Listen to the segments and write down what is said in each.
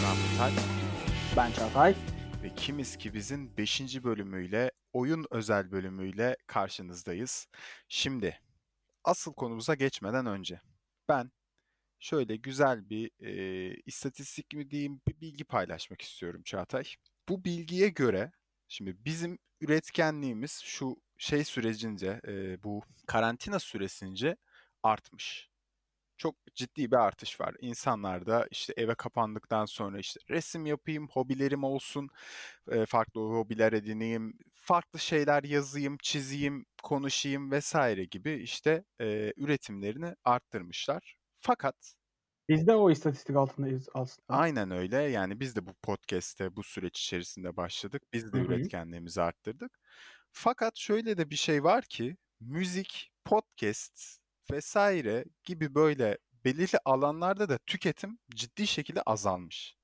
Ahmet Alp Ben Çağatay. ve Kimiz ki bizin 5. bölümüyle, oyun özel bölümüyle karşınızdayız. Şimdi asıl konumuza geçmeden önce ben şöyle güzel bir istatistik mi diyeyim bir bilgi paylaşmak istiyorum Çağatay. Bu bilgiye göre şimdi bizim üretkenliğimiz şu şey sürecince bu karantina süresince artmış. Çok ciddi bir artış var. İnsanlar da işte eve kapandıktan sonra işte resim yapayım, hobilerim olsun, farklı hobiler edineyim, farklı şeyler yazayım, çizeyim, konuşayım vesaire gibi işte üretimlerini arttırmışlar. Fakat Biz de o istatistik altındayız aslında. aynen öyle yani biz de bu podcast'te bu süreç içerisinde başladık. Biz de Hı hı. üretkenliğimizi arttırdık. Fakat şöyle de bir şey var ki müzik, podcast vesaire gibi böyle belirli alanlarda da tüketim ciddi şekilde azalmış.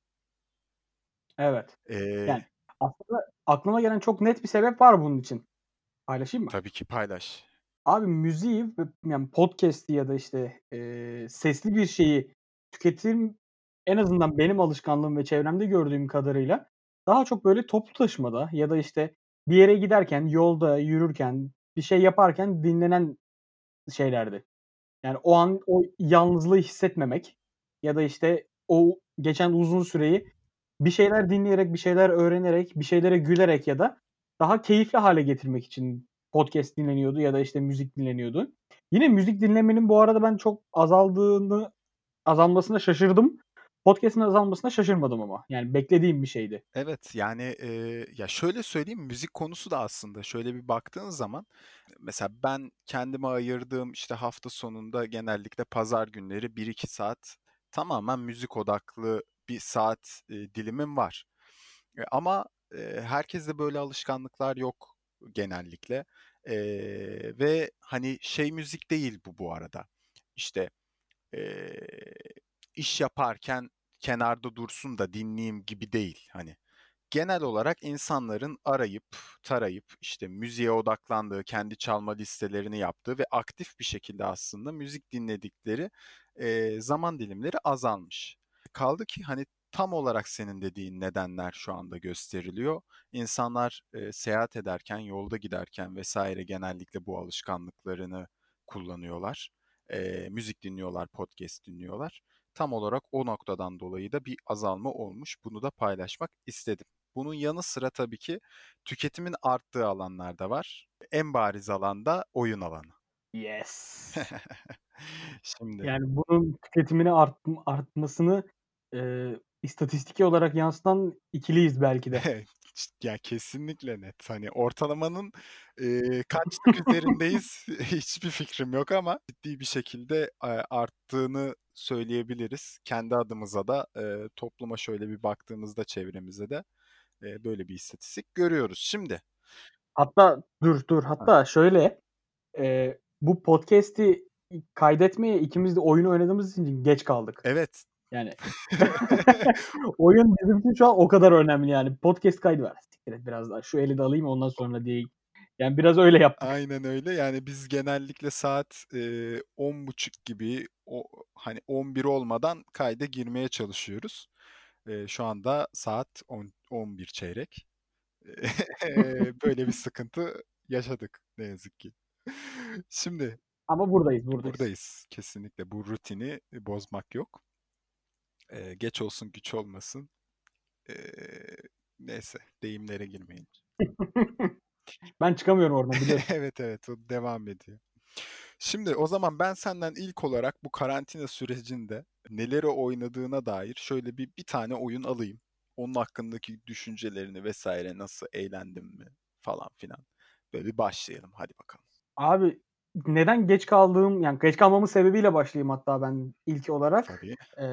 Evet. Eee, Yani aslında aklıma gelen çok net bir sebep var bunun için. Paylaşayım mı? tabii ki paylaş. Abi müziği ve yani podcast'i ya da işte sesli bir şeyi tüketim en azından benim alışkanlığım ve çevremde gördüğüm kadarıyla daha çok böyle toplu taşımada ya da işte bir yere giderken, yolda yürürken, bir şey yaparken dinlenen şeylerdi. Yani o an o yalnızlığı hissetmemek ya da, işte, o geçen uzun süreyi bir şeyler dinleyerek, bir şeyler öğrenerek, bir şeylere gülerek ya da daha keyifli hâle getirmek için podcast dinleniyordu ya da, işte, müzik dinleniyordu. Yine müzik dinlemenin bu arada ben çok azalmasına şaşırdım. Podcast'in azalmasına şaşırmadım ama. Yani beklediğim bir şeydi. Evet, yani, ya, şöyle söyleyeyim, müzik konusu da aslında şöyle bir baktığın zaman, mesela ben kendime ayırdığım, işte, hafta sonunda genellikle pazar günleri 1-2 saat tamamen müzik odaklı bir saat, dilimim var. Ama, herkeste böyle alışkanlıklar yok genellikle. Ve, hani, şey müzik değil bu arada, İşte eee, iş yaparken kenarda dursun da dinleyeyim gibi değil, hani. Genel olarak insanların arayıp, tarayıp, işte, müziğe odaklandığı, kendi çalma listelerini yaptığı ve aktif bir şekilde aslında müzik dinledikleri, zaman dilimleri azalmış. Kaldı ki, hani, tam olarak senin dediğin nedenler şu anda gösteriliyor. İnsanlar, seyahat ederken, yolda giderken vesaire genellikle bu alışkanlıklarını kullanıyorlar. Müzik dinliyorlar, podcast dinliyorlar. Tam olarak o noktadan dolayı da bir azalma olmuş. Bunu da paylaşmak istedim. Bunun yanı sıra tabii ki tüketimin arttığı alanlar da var. En bariz alanda oyun alanı. Yes. Şimdi Yani bunun tüketimini artmasını, istatistiki olarak yansıtan ikiliyiz belki de. ya kesinlikle net. Hani ortalamanın, kaçlık üzerindeyiz hiçbir fikrim yok ama ciddi bir şekilde, arttığını söyleyebiliriz. Kendi adımıza da, topluma şöyle bir baktığımızda çevremize de, böyle bir istatistik görüyoruz. Şimdi Hatta dur, Hah, hatta şöyle, bu podcast'i kaydetmeye ikimiz de oyunu oynadığımız için geç kaldık. evet. Yani oyun bizim için şu an o kadar önemli yani. Podcast kaydı var. Siktir et biraz daha. Şu eli de alayım ondan sonra diye. Yani biraz öyle yaptık. Aynen öyle. Yani biz genellikle saat, 10.30 gibi hani 11 olmadan kayda girmeye çalışıyoruz. Şu anda saat 11 çeyrek. Böyle bir sıkıntı yaşadık ne yazık ki. Şimdi Ama buradayız. buradayız. Kesinlikle bu rutini bozmak yok. Geç olsun güç olmasın. Eee, neyse deyimlere girmeyin. Ben çıkamıyorum oradan biliyorsun. Evet, evet, o devam ediyor. Şimdi o zaman ben senden ilk olarak bu karantina sürecinde neleri oynadığına dair şöyle bir tane oyun alayım. Onun hakkındaki düşüncelerini vesaire nasıl eğlendin mi falan filan. Böyle bir başlayalım hadi bakalım. Abi neden geç kaldığım yani geç kalmamın sebebiyle başlayayım hatta ben ilk olarak. Tabii.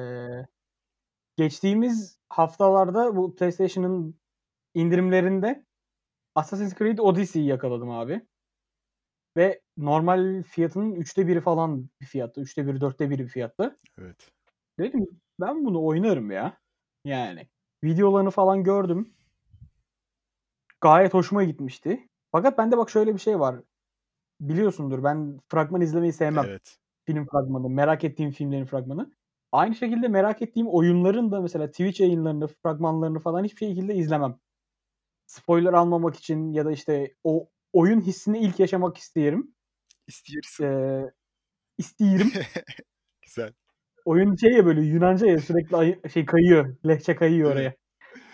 Geçtiğimiz haftalarda bu PlayStation'ın indirimlerinde Assassin's Creed Odyssey'yi yakaladım abi. Ve normal fiyatının 1/3 falan bir fiyattı. 1/3, 1/4 bir fiyattı. Evet. Dedim ben bunu oynarım ya. Yani videolarını falan gördüm. Gayet hoşuma gitmişti. Fakat bende bak şöyle bir şey var. Biliyorsundur ben fragman izlemeyi sevmem. Evet. Film fragmanı, merak ettiğim filmlerin fragmanı. Aynı şekilde merak ettiğim oyunların da mesela Twitch yayınlarını, fragmanlarını falan hiçbir şekilde izlemem. Spoiler almamak için ya da, işte, o oyun hissini ilk yaşamak isterim. İstiyorsun. Eee, isteyirim. Güzel. Oyun şey ya, böyle Yunanca ya sürekli kayıyor, lehçe kayıyor Evet. oraya.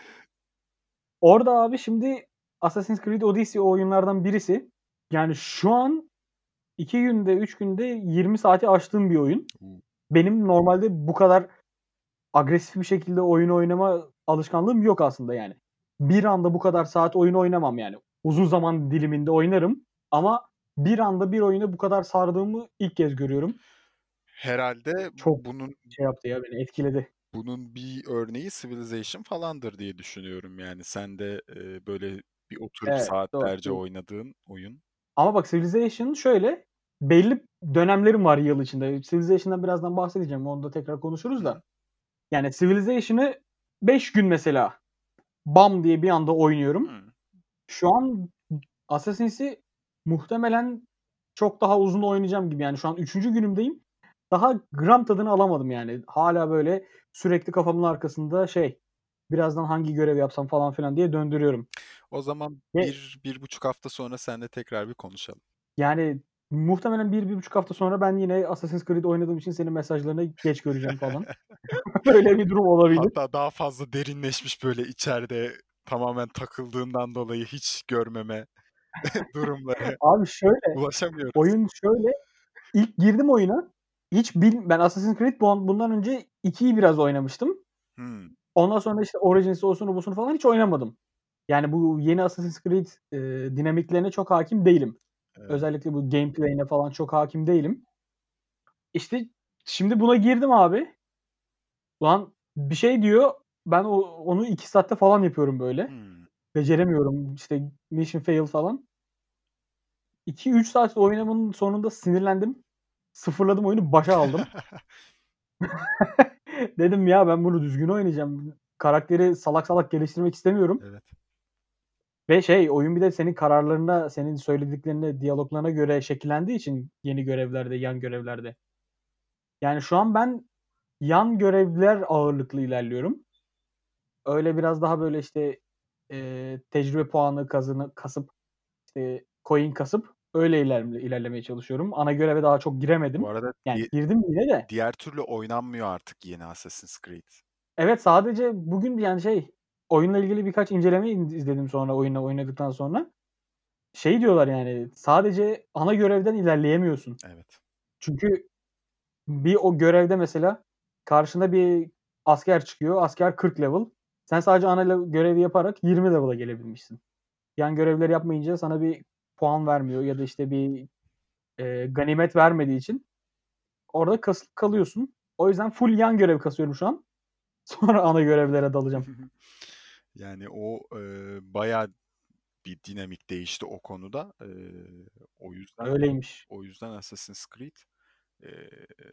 Orada abi şimdi Assassin's Creed Odyssey o oyunlardan birisi. Yani şu an 2 günde, 3 günde 20 saati aştığım bir oyun. U Benim normalde bu kadar agresif bir şekilde oyun oynama alışkanlığım yok aslında yani. Bir anda bu kadar saat oyun oynamam yani. Uzun zaman diliminde oynarım ama bir anda bir oyuna bu kadar sardığımı ilk kez görüyorum. Herhâlde Çok bunun şey yaptı ya, beni etkiledi. bunun bir örneği Civilization falandır diye düşünüyorum yani. Sen de, böyle bir oturup Evet, doğru. saatlerce oynadığın oyun. Ama bak Civilization şöyle, belli dönemlerim var yıl içinde. Civilization'dan birazdan bahsedeceğim. Onu da tekrar konuşuruz Hı. da. Yani Civilization'ı 5 gün mesela bam diye bir anda oynuyorum. Hıı. Şu an Assassins'i muhtemelen çok daha uzun oynayacağım gibi. Yani şu an 3. günümdeyim. Daha gram tadını alamadım yani. Hâlâ böyle sürekli kafamın arkasında şey, birazdan hangi görev yapsam falan filan diye döndürüyorum. O zaman Ve 1-1,5 hafta sonra seninle tekrar bir konuşalım. yani muhtemelen 1-1,5 hafta sonra ben yine Assassin's Creed oynadığım için senin mesajlarını geç göreceğim falan. Böyle bir durum olabilir. Hatta daha fazla derinleşmiş, böyle, içeride tamamen takıldığından dolayı hiç görmeme durumları. Abi şöyle, Ulaşamıyoruz. oyun şöyle, ilk girdim oyuna, ben Assassin's Creed bundan önce 2'yi biraz oynamıştım. Hımm. Ondan sonra, işte, Origins'i, osunu busunu falan hiç oynamadım. Yani bu yeni Assassin's Creed, dinamiklerine çok hâkim değilim. Evet. Özellikle bu gameplay'ine falan çok hâkim değilim. İşte, şimdi buna girdim abi. Ulan bir şey diyor, ben onu 2 saatte falan yapıyorum böyle. Hımm. Beceremiyorum, işte, mission fail falan. 2-3 saat oynamanın sonunda sinirlendim. Sıfırladım oyunu, başa aldım. Dedim ya ben bunu düzgün oynayacağım. Karakteri salak salak geliştirmek istemiyorum. Evet. Ve şey, oyun bir de senin kararlarına, senin söylediklerine, diyaloglarına göre şekillendiği için yeni görevlerde, yan görevlerde. Yani şu an ben yan görevler ağırlıklı ilerliyorum. Öyle biraz daha böyle, işte, tecrübe puanı kasıp, işte, coin kasıp öyle ilerlemeye çalışıyorum. Ana göreve daha çok Bu giremedim. arada Yani girdim yine de. diğer türlü oynanmıyor artık yeni Assassin's Creed. Evet, sadece bugün yani şey, oyunla ilgili birkaç inceleme izledim sonra oyunu oynadıktan sonra. Şey diyorlar yani, sadece ana görevden ilerleyemiyorsun. Evet. Çünkü o görevde mesela karşına bir asker çıkıyor. Asker 40 level. Sen sadece ana görevi yaparak 20 level'a gelebilmişsin. Yan görevleri yapmayınca sana bir puan vermiyor ya da, işte, bir, ganimet vermediği için orada kasıp kalıyorsun. O yüzden full yan görev kasıyorum şu an. Sonra ana görevlere dalacağım. Yani o, bayağı bir dinamik değişti o konuda. O yüzden Öyleymiş. Assassin's Creed, eee,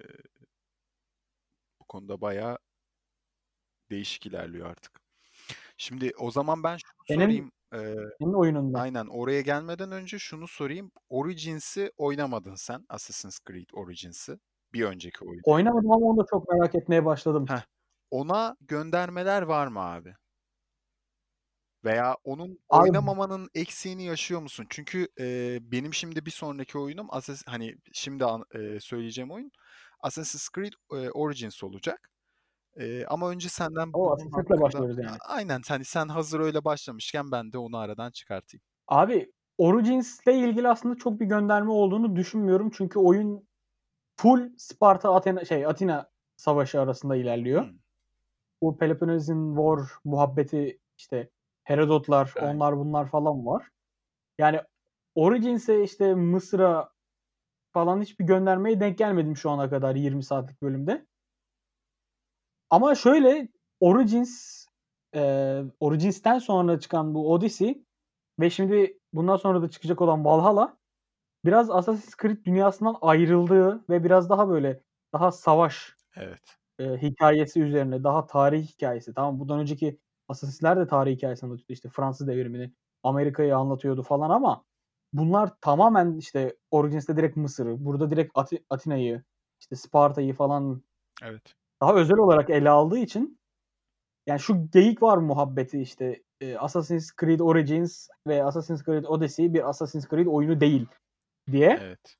bu konuda bayağı değişik ilerliyor artık. Şimdi o zaman ben şunu Senin sorayım. senin oyununda. Aynen, oraya gelmeden önce şunu sorayım. Origins'i oynamadın sen, Assassin's Creed Origins'i. Bir önceki oyunu yani. Oynamadım ama onu da çok merak etmeye başladım. Heh. Ona göndermeler var mı abi? Veya onun Abi oynamamanın eksiğini yaşıyor musun? Çünkü, benim şimdi bir sonraki oyunum hani, şimdi söyleyeceğim oyun Assassin's Creed, Origins olacak. Ama önce senden o bunun Assassin's'le hakkında başlıyoruz yani. aynen, hani, sen hazır öyle başlamışken ben de onu aradan çıkartayım. Abi Origins'le ilgili aslında çok bir gönderme olduğunu düşünmüyorum. Çünkü oyun full Sparta Atina savaşı arasında ilerliyor. Hımm. Bu Peloponnesian War muhabbeti, işte, Herodotlar, Aynen. onlar bunlar falan var. Yani Origins'e, işte, Mısır'a falan hiçbir göndermeye denk gelmedim şu ana kadar 20 saatlik bölümde. Ama şöyle, Origins, Origins'ten sonra çıkan bu Odyssey ve şimdi bundan sonra da çıkacak olan Valhalla biraz Assassin's Creed dünyasından ayrıldığı ve biraz daha böyle, daha savaş, Evet. hikâyesi üzerine, daha tarih hikâyesi. Tamam, bundan önceki Assassin'ler de tarih hikâyesi anlatıyordu. İşte Fransız Devrimi'ni, Amerika'yı anlatıyordu falan ama bunlar tamamen, işte, Origins'te direkt Mısır'ı, burada direkt Atina'yı, işte Sparta'yı falan Evet. daha özel olarak ele aldığı için yani şu geyik var muhabbeti işte, Assassin's Creed Origins ve Assassin's Creed Odyssey bir Assassin's Creed oyunu değil diye. Evet.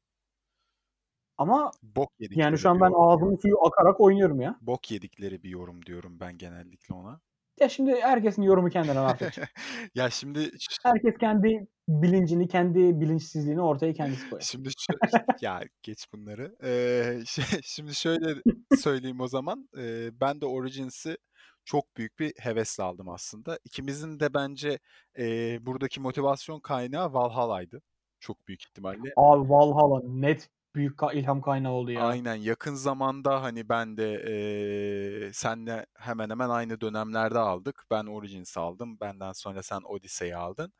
Ama Bok yani şu yedikleri an bir ben yorum. ağzımın suyu akarak oynuyorum ya. Bok yedikleri bir yorum diyorum ben genellikle ona. Ya şimdi herkesin yorumu kendine Rafetciğim. Ya şimdi Herkes kendi bilincini, kendi bilinçsizliğini ortaya kendisi koyar. şimdi ya geç bunları. Şimdi şöyle söyleyeyim o zaman. Ben de Origins'i çok büyük bir hevesle aldım aslında. İkimizin de bence, buradaki motivasyon kaynağı Valhalla'ydı çok büyük ihtimalle. Abi Valhalla net büyük ilham kaynağı oldu ya. Aynen, yakın zamanda, hani, ben de, seninle hemen hemen aynı dönemlerde aldık. Ben Origins'i aldım. Benden sonra sen Odyssey'i aldın.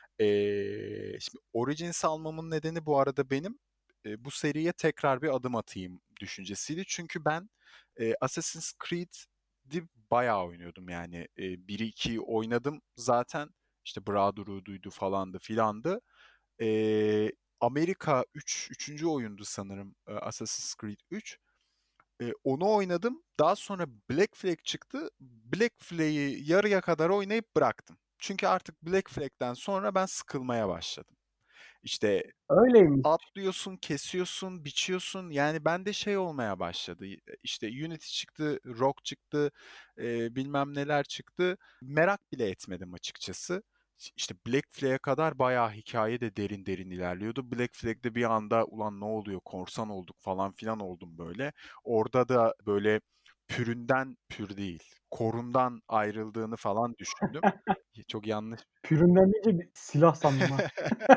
Şimdi Origins'i almamın nedeni bu arada benim, bu seriye tekrar bir adım atayım düşüncesiydi. Çünkü ben, Assassin's Creed'i bayağı oynuyordum yani. 1'i 2'yi oynadım zaten. İşte Brotherhood'uydu falandı filandı. Eee, Amerika 3. oyundu sanırım, Assassin's Creed 3. Onu oynadım. Daha sonra Black Flag çıktı. Black Flag'i yarıya kadar oynayıp bıraktım. Çünkü artık Black Flag'den sonra ben sıkılmaya başladım. İşte Öyleymiş. atlıyorsun, kesiyorsun, biçiyorsun. Yani bende şey olmaya başladı. İşte Unity çıktı, Rock çıktı, bilmem neler çıktı. Merak bile etmedim açıkçası. İşte Black Flag'e kadar bayağı hikaye de derin derin ilerliyordu. Black Flag'de bir anda ulan ne oluyor, korsan olduk falan filan oldum böyle. Orada da böyle püründen pür değil, korundan ayrıldığını falan düşündüm. Çok yanlış. Püründen deyince bir silah sandım ha.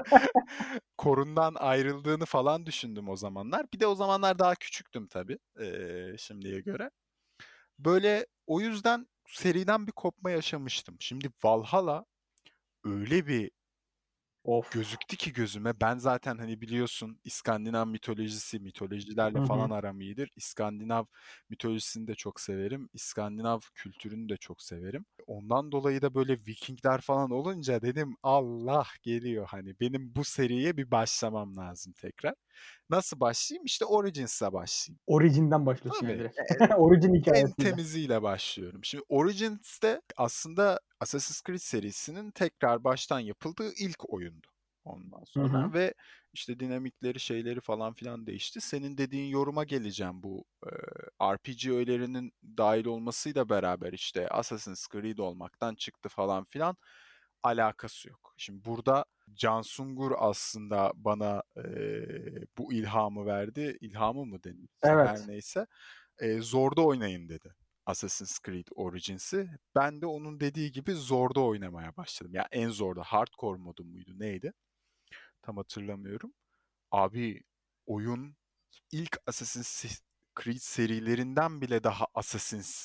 Korundan ayrıldığını falan düşündüm o zamanlar. Bir de o zamanlar daha küçüktüm tabii, şimdiye göre. Böyle o yüzden seriden bir kopma yaşamıştım. Şimdi Valhalla öyle bir Of. gözüktü ki gözüme. Ben zaten, hani, biliyorsun İskandinav mitolojisi, mitolojilerle Hı falan hı. aram iyidir. İskandinav mitolojisini de çok severim. İskandinav kültürünü de çok severim. Ondan dolayı da böyle Vikingler falan olunca dedim Allah geliyor, hani, benim bu seriye bir başlamam lazım tekrar. Nasıl başlayayım? İşte Origins'le başlayayım. Origin'den başlıyorsun yani Tabii. direkt. Origin En hikâyesiyle. temiziyle başlıyorum. Şimdi Origins'te aslında Assassin's Creed serisinin tekrar baştan yapıldığı ilk oyundu ondan Hı hı. sonra ve işte dinamikleri, şeyleri falan filan değişti. Senin dediğin yoruma geleceğim bu, RPG öğelerinin dâhil olmasıyla beraber işte Assassin's Creed olmaktan çıktı falan filan, alakası yok. Şimdi burada Can Sungur aslında bana, bu ilhamı verdi. İlhamı mı denir? İşte her Evet. neyse. Zorda oynayın dedi Assassin's Creed Origins'i. Ben de onun dediği gibi zorda oynamaya başladım. Ya en zorda hardcore modu muydu neydi? Tam hatırlamıyorum. Abi oyun ilk Assassin's Creed serilerinden bile daha Assassin's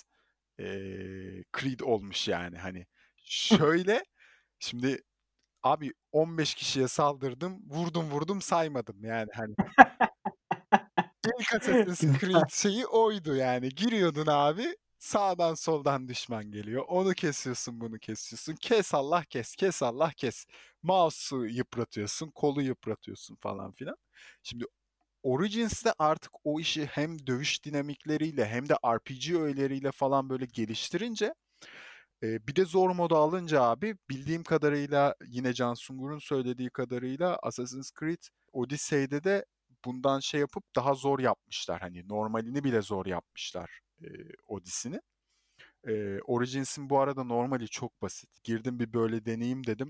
Creed olmuş yani hani. Şöyle şimdi abi 15 kişiye saldırdım, vurdum vurdum saymadım yani hani. İlk Assassin's Güzel. Creed şeyi oydu yani. Giriyordun abi, sağdan soldan düşman geliyor. Onu kesiyorsun, bunu kesiyorsun. Kes Allah kes, kes Allah kes. Mouse'u yıpratıyorsun, kolu yıpratıyorsun falan filan. Şimdi Origins'te artık o işi hem dövüş dinamikleriyle hem de RPG öğeleriyle falan böyle geliştirince bir de zor modu alınca abi bildiğim kadarıyla yine Can Sungur'un söylediği kadarıyla Assassin's Creed Odyssey'de de bundan şey yapıp daha zor yapmışlar. Hani normalini bile zor yapmışlar Odyssey'nin. Origins'in bu arada normali çok basit. Girdim bir böyle deneyeyim dedim.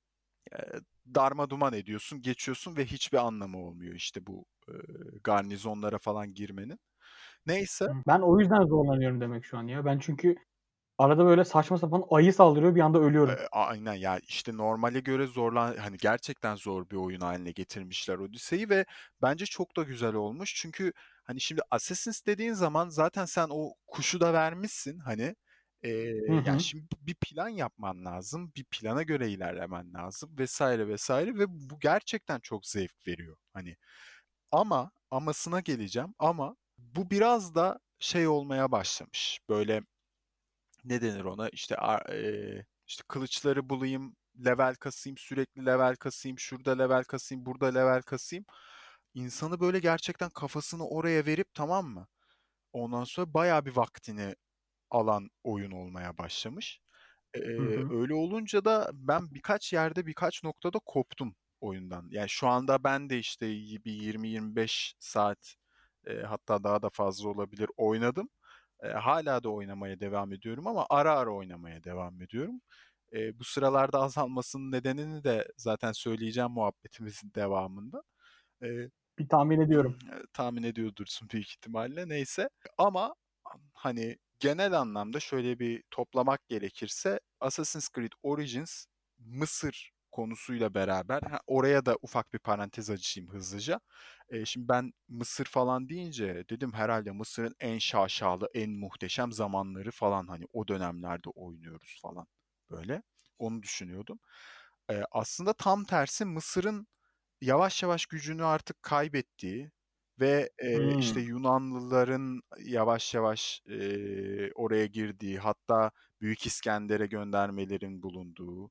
Darma duman ediyorsun, geçiyorsun ve hiçbir anlamı olmuyor işte bu garnizonlara falan girmenin. Neyse. Ben o yüzden zorlanıyorum demek şu an ya. Ben çünkü arada böyle saçma sapan ayı saldırıyor, bir anda ölüyorum. Aynen ya, işte normale göre hani gerçekten zor bir oyun haline getirmişler Odyssey'i ve bence çok da güzel olmuş. Çünkü hani şimdi Assassin's dediğin zaman zaten sen o kuşu da vermişsin hani. Hı Ya hı. şimdi bir plan yapman lazım, bir plana göre ilerlemen lazım vesaire vesaire ve bu gerçekten çok zevk veriyor. Hani amasına geleceğim ama bu biraz da şey olmaya başlamış. Böyle ne denir ona? İşte işte kılıçları bulayım, level kasayım, sürekli level kasayım, şurada level kasayım, burada level kasayım. İnsanı böyle gerçekten kafasını oraya verip tamam mı? Ondan sonra bayağı bir vaktini alan oyun olmaya başlamış. Hı hı. Öyle olunca da ben birkaç yerde, birkaç noktada koptum oyundan. Yani şu anda ben de işte bir 20-25 saat, hatta daha da fazla olabilir oynadım. Hâlâ da oynamaya devam ediyorum ama ara ara oynamaya devam ediyorum. Bu sıralarda azalmasının nedenini de zaten söyleyeceğim muhabbetimizin devamında. Eee Bir tahmin ediyorum. Tahmin ediyordur büyük ihtimalle. Neyse ama hani genel anlamda şöyle bir toplamak gerekirse Assassin's Creed Origins Mısır konusuyla beraber oraya da ufak bir parantez açayım hızlıca. Şimdi ben Mısır falan deyince dedim herhalde Mısır'ın en şaşalı, en muhteşem zamanları falan hani o dönemlerde oynuyoruz falan böyle. Onu düşünüyordum. Aslında tam tersi Mısır'ın yavaş yavaş gücünü artık kaybettiği ve, işte, Hımm. Yunanlıların yavaş yavaş, oraya girdiği, hatta Büyük İskender'e göndermelerin bulunduğu,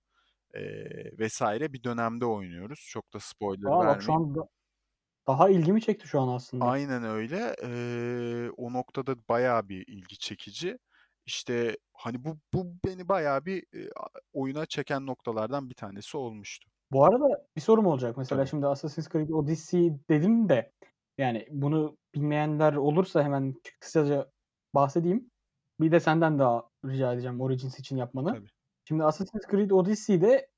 vs. bir dönemde oynuyoruz. Çok da spoiler A, bak şu vermeyeyim. anda daha ilgimi çekti şu an aslında. Aynen öyle. O noktada bayağı bir ilgi çekici. İşte, hani, bu beni bayağı bir, oyuna çeken noktalardan bir tanesi olmuştu. Bu arada bir sorum olacak. Mesela Tabii, şimdi Assassin's Creed Odyssey dedim de, yani, bunu bilmeyenler olursa hemen kısaca bahsedeyim. Bir de senden daha rica edeceğim Origins için yapmanı. tabii. Şimdi Assassin's Creed Odyssey'de,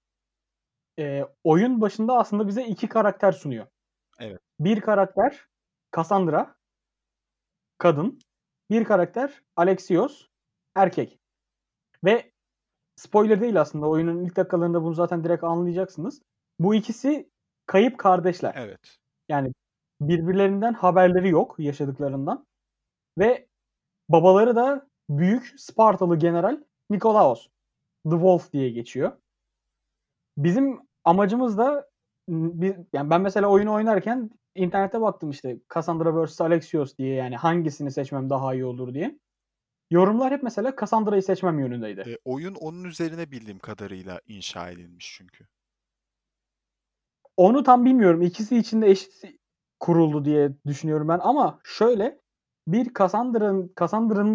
oyun başında aslında bize 2 karakter sunuyor. Evet, Bir karakter Cassandra, kadın. Bir karakter Alexios, erkek ve spoiler değil aslında. Oyunun ilk dakikalarında bunu zaten direkt anlayacaksınız. Bu ikisi kayıp kardeşler. evet. Yani birbirlerinden haberleri yok yaşadıklarından ve babaları da büyük Spartalı general Nikolaos. The Wolf diye geçiyor. Bizim amacımız da yani ben mesela oyunu oynarken internete baktım işte Cassandra vs. Alexios diye yani hangisini seçmem daha iyi olur diye. Yorumlar hep mesela Cassandra'yı seçmem yönündeydi. Oyun onun üzerine bildiğim kadarıyla inşa edilmiş çünkü. Onu tam bilmiyorum. İkisi için de eşit kuruldu diye düşünüyorum ben ama şöyle, bir Cassandra'nın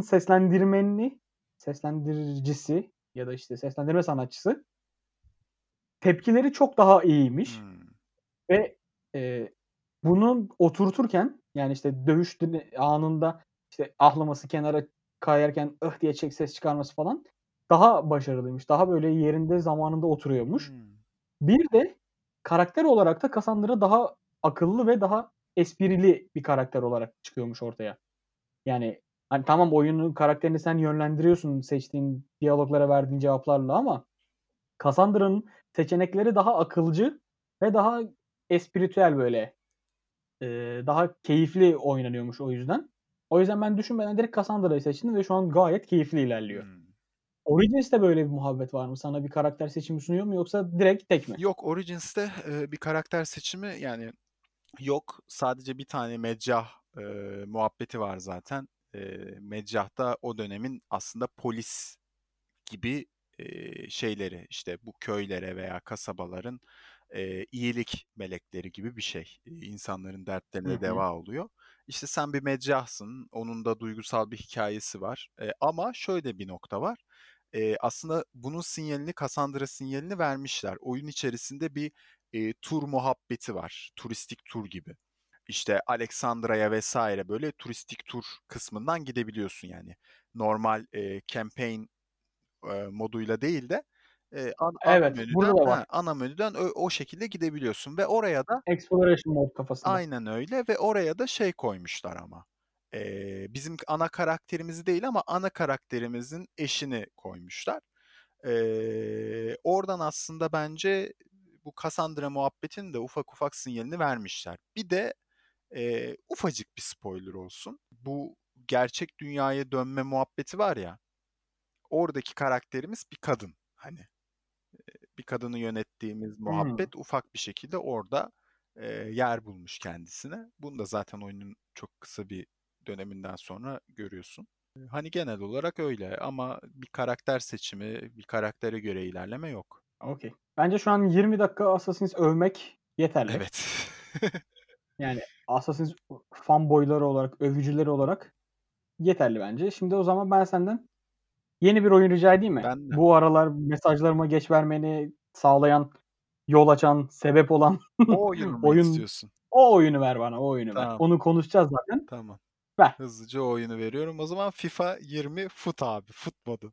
seslendiricisi ya da, işte, seslendirme sanatçısı tepkileri çok daha iyiymiş Hımm. ve, eee, bunu oturturken, yani, işte, dövüş anında, işte, ahlaması kenara kayarken "ıh" diye ses çıkarması falan daha başarılıymış. Daha böyle yerinde zamanında oturuyormuş. Hımm. Bir de karakter olarak da Cassandra daha akıllı ve daha esprili bir karakter olarak çıkıyormuş ortaya. Yani, hani, tamam oyunun karakterini sen yönlendiriyorsun seçtiğin diyaloglara verdiğin cevaplarla ama Cassandra'nın seçenekleri daha akılcı ve daha espritüel böyle, daha keyifli oynanıyormuş o yüzden. O yüzden ben düşünmeden direkt Cassandra'yı seçtim ve şu an gayet keyifli ilerliyor. Hımm. Origins'te böyle bir muhabbet var mı? Sana bir karakter seçimi sunuyor mu yoksa direkt tek mi? Yok, Origins'te, bir karakter seçimi, yani, yok. Sadece bir tane Medcah, muhabbeti var zaten. Medcah da o dönemin aslında polis gibi, şeyleri, işte, bu köylere veya kasabaların, iyilik melekleri gibi bir şey. İnsanların Hı dertlerine hı. deva oluyor. İşte, sen bir meccahsın, onun da duygusal bir hikâyesi var. Ama şöyle bir nokta var. Aslında bunun sinyalini, Cassandra sinyalini vermişler. Oyun içerisinde bir, tur muhabbeti var. Turistik tur gibi. İşte, Alexandra'ya vs. böyle turistik tur kısmından gidebiliyorsun yani. Normal, campaign moduyla değil de, ana Evet, burada menüden da var. ana menüden o şekilde gidebiliyorsun ve oraya da Exploration mode kafasında. aynen öyle ve oraya da şey koymuşlar ama, bizim ana karakterimizi değil ama ana karakterimizin eşini koymuşlar. Oradan aslında bence bu Cassandra muhabbetinin de ufak ufak sinyalini vermişler. Bir de, ufacık bir spoiler olsun. Bu gerçek dünyaya dönme muhabbeti var ya, oradaki karakterimiz bir kadın, hani. Bir kadını yönettiğimiz Hımm. muhabbet ufak bir şekilde orada, yer bulmuş kendisine. Bunu da zaten oyunun çok kısa bir döneminden sonra görüyorsun. Hani genel olarak öyle ama bir karakter seçimi, bir karaktere göre ilerleme yok. Okay. Bence şu an 20 dakika Assassin's övmek yeterli. Evet. Yani Assassin's fanboy'ları olarak, övücüleri olarak yeterli bence. Şimdi o zaman ben senden yeni bir oyun rica edeyim mi? Ben de. Bu aralar mesajlarıma geç vermeni sağlayan, yol açan, sebep olan O oyunu mu oyun, istiyorsun? o oyunu ver bana, o oyunu ver. Tamam, Onu konuşacağız zaten. tamam. Ver. Hızlıca o oyunu veriyorum. O zaman FIFA 20 Foot abi. Foot modu.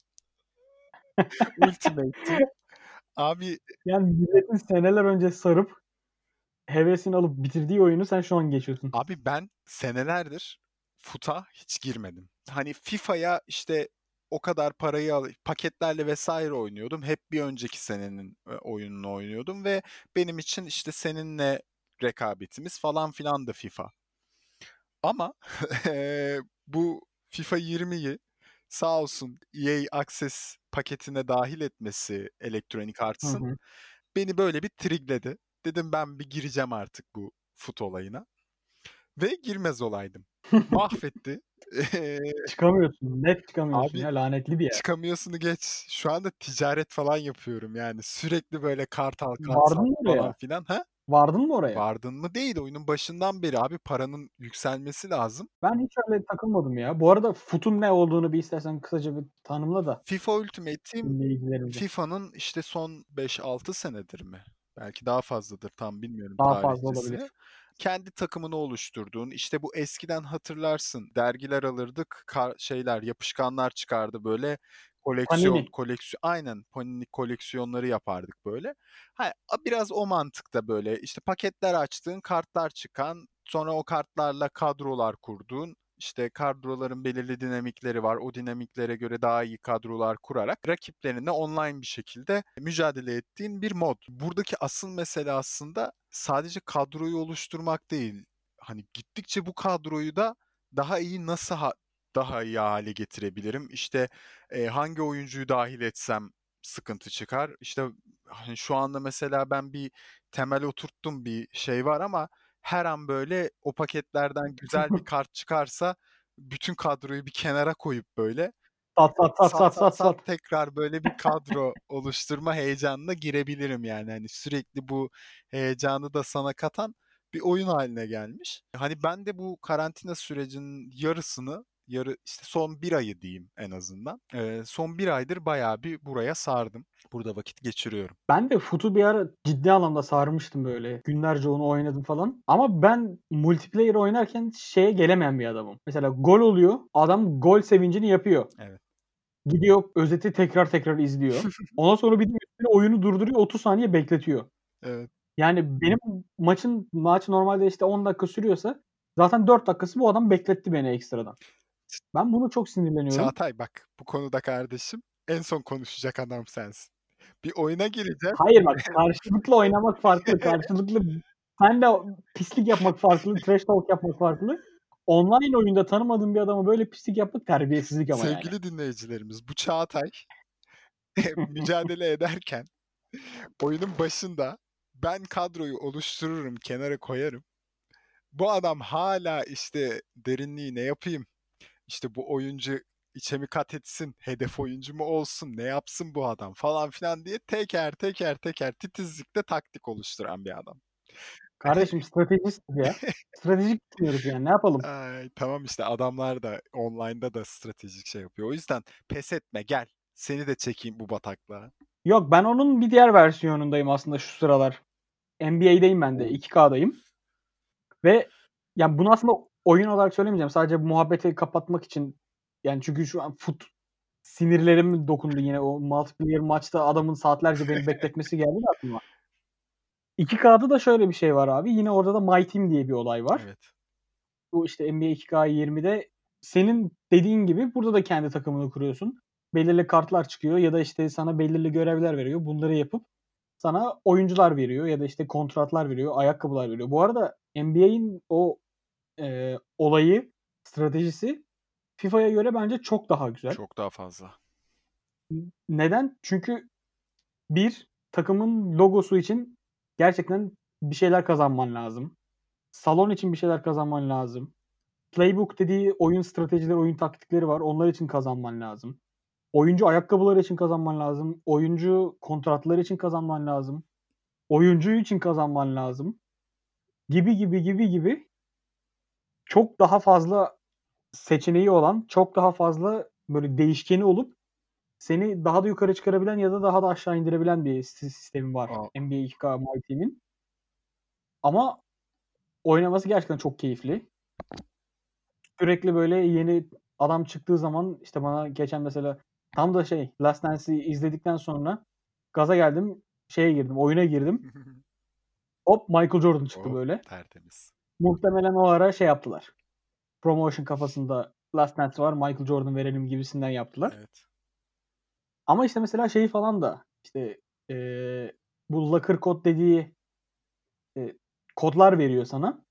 Ultimate Team. Abi Yani milletin seneler önce sarıp hevesini alıp bitirdiği oyunu sen şu an geçiyorsun. Abi ben senelerdir FUT'a hiç girmedim. Hani FIFA'ya işte o kadar parayı paketlerle vesaire oynuyordum. Hep bir önceki senenin oyununu oynuyordum ve benim için işte seninle rekabetimiz falan filan da FIFA. Ama bu FIFA 20'yi sağ olsun EA Access paketine dahil etmesi Electronic Hı Arts'ın hı. beni böyle bir trigledi. Dedim ben bir gireceğim artık bu fut olayına. Ve girmez olaydım. Mahvetti. Eee, Çıkamıyorsun. Net çıkamıyorsun Abi ya. Lanetli bir yer. çıkamıyorsunu geç. Şu anda ticaret falan yapıyorum yani. Sürekli böyle kart al, kart Vardın sat mı falan oraya? filan. Ha? Vardın mı oraya? Vardın mı değil. Oyunun başından beri abi paranın yükselmesi lazım. Ben hiç öyle takılmadım ya. Bu arada FUT'un ne olduğunu bir istersen kısaca bir tanımla da FIFA Ultimate Team dinleyicilerimize. FIFA'nın işte son 5-6 senedir mi? Belki daha fazladır tam bilmiyorum Daha fazla tarihçesini. olabilir. Kendi takımını oluşturduğun, işte bu eskiden hatırlarsın dergiler alırdık, şeyler, yapışkanlar çıkardı böyle koleksiyon, Panini. aynen Panini koleksiyonları yapardık böyle. Ha, biraz o mantıkta böyle işte paketler açtığın, kartlar çıkan, sonra o kartlarla kadrolar kurduğun, işte kadroların belirli dinamikleri var. O dinamiklere göre daha iyi kadrolar kurarak rakiplerinle online bir şekilde mücadele ettiğin bir mod. Buradaki asıl mesele aslında sadece kadroyu oluşturmak değil. Hani gittikçe bu kadroyu da daha iyi nasıl daha iyi hale getirebilirim? İşte hangi oyuncuyu dahil etsem sıkıntı çıkar. İşte hani şu anda mesela ben bir temel oturttum bir şey var ama her an böyle o paketlerden güzel bir kart çıkarsa bütün kadroyu bir kenara koyup böyle Sat, sat, sat, sat sat, sat sat, sat sat. tekrar böyle bir kadro oluşturma heyecanına girebilirim yani. Hani sürekli bu heyecanı da sana katan bir oyun haline gelmiş. Hani ben de bu karantina sürecinin yarısını işte son bir ayı diyeyim en azından. Son bir aydır bayağı bir buraya sardım. Burada vakit geçiriyorum. Ben de FUT'u bir ara ciddi anlamda sarmıştım böyle. Günlerce onu oynadım falan. Ama ben multiplayer oynarken şeye gelemeyen bir adamım. Mesela gol oluyor. Adam gol sevincini yapıyor. Evet. Gidiyor özeti tekrar tekrar izliyor. Ondan sonra bir de üstüne oyunu durduruyor. 30 saniye bekletiyor. Evet. Yani benim maç normalde işte 10 dakika sürüyorsa zaten 4 dakikası bu adam bekletti beni ekstradan. Ben bunu çok sinirleniyorum. Çağatay bak bu konuda kardeşim en son konuşacak adam sensin. Bir oyuna gireceğiz. Hayır bak, karşılıklı oynamak farklı. Karşılıklı senle pislik yapmak farklı. Trash talk yapmak farklı. Online oyunda tanımadığın bir adama böyle pislik yapmak terbiyesizlik ama yani. Sevgili dinleyicilerimiz bu Çağatay mücadele ederken oyunun başında ben kadroyu oluştururum, kenara koyarım. Bu adam hala işte derinliği ne yapayım? İşte bu oyuncu içemi kat etsin, hedef oyuncu mu olsun, ne yapsın bu adam falan filan diye teker teker teker titizlikle taktik oluşturan bir adam. Kardeşim stratejistiz ya. Stratejik düşünüyoruz yani ne yapalım? Ay, tamam işte adamlar da online'da da stratejik şey yapıyor. O yüzden pes etme gel. Seni de çekeyim bu bataklığa. Yok, ben onun bir diğer versiyonundayım aslında şu sıralar. NBA'deyim ben de. Oo. 2K'dayım ve ya bunu aslında oyun olarak söylemeyeceğim. Sadece bu muhabbeti kapatmak için, yani çünkü şu an sinirlerim dokundu yine o multiplayer maçta adamın saatlerce beni bekletmesi geldi de aklıma. 2K'da da şöyle bir şey var abi. Yine orada da My Team diye bir olay var. Evet. Bu işte NBA 2K20'de senin dediğin gibi burada da kendi takımını kuruyorsun. Belirli kartlar çıkıyor ya da işte sana belirli görevler veriyor. Bunları yapıp sana oyuncular veriyor ya da işte kontratlar veriyor, ayakkabılar veriyor. Bu arada NBA'in o olayı, stratejisi FIFA'ya göre bence çok daha güzel. Çok daha fazla. Neden? Çünkü bir takımın logosu için gerçekten bir şeyler kazanman lazım. Salon için bir şeyler kazanman lazım. Playbook dediği oyun stratejileri, oyun taktikleri var. Onlar için kazanman lazım. Oyuncu ayakkabıları için kazanman lazım. Oyuncu kontratları için kazanman lazım. Oyuncu için kazanman lazım. Gibi gibi gibi gibi çok daha fazla seçeneği olan, çok daha fazla böyle değişkeni olup seni daha da yukarı çıkarabilen ya da daha da aşağı indirebilen bir sistemi var A NBA 2K My Team'in. Ama oynaması gerçekten çok keyifli. Sürekli böyle yeni adam çıktığı zaman, işte, bana geçen mesela tam da şey, Last Dance'i izledikten sonra gaza geldim, şeye girdim, oyuna girdim. Hop, Michael Jordan çıktı Hop, böyle. tertemiz. Muhtemelen o ara şey yaptılar, promotion kafasında Last Dance var, Michael Jordan verelim gibisinden yaptılar. Evet. Ama, işte, mesela şeyi falan da, işte, bu Locker Code dediği, kodlar veriyor sana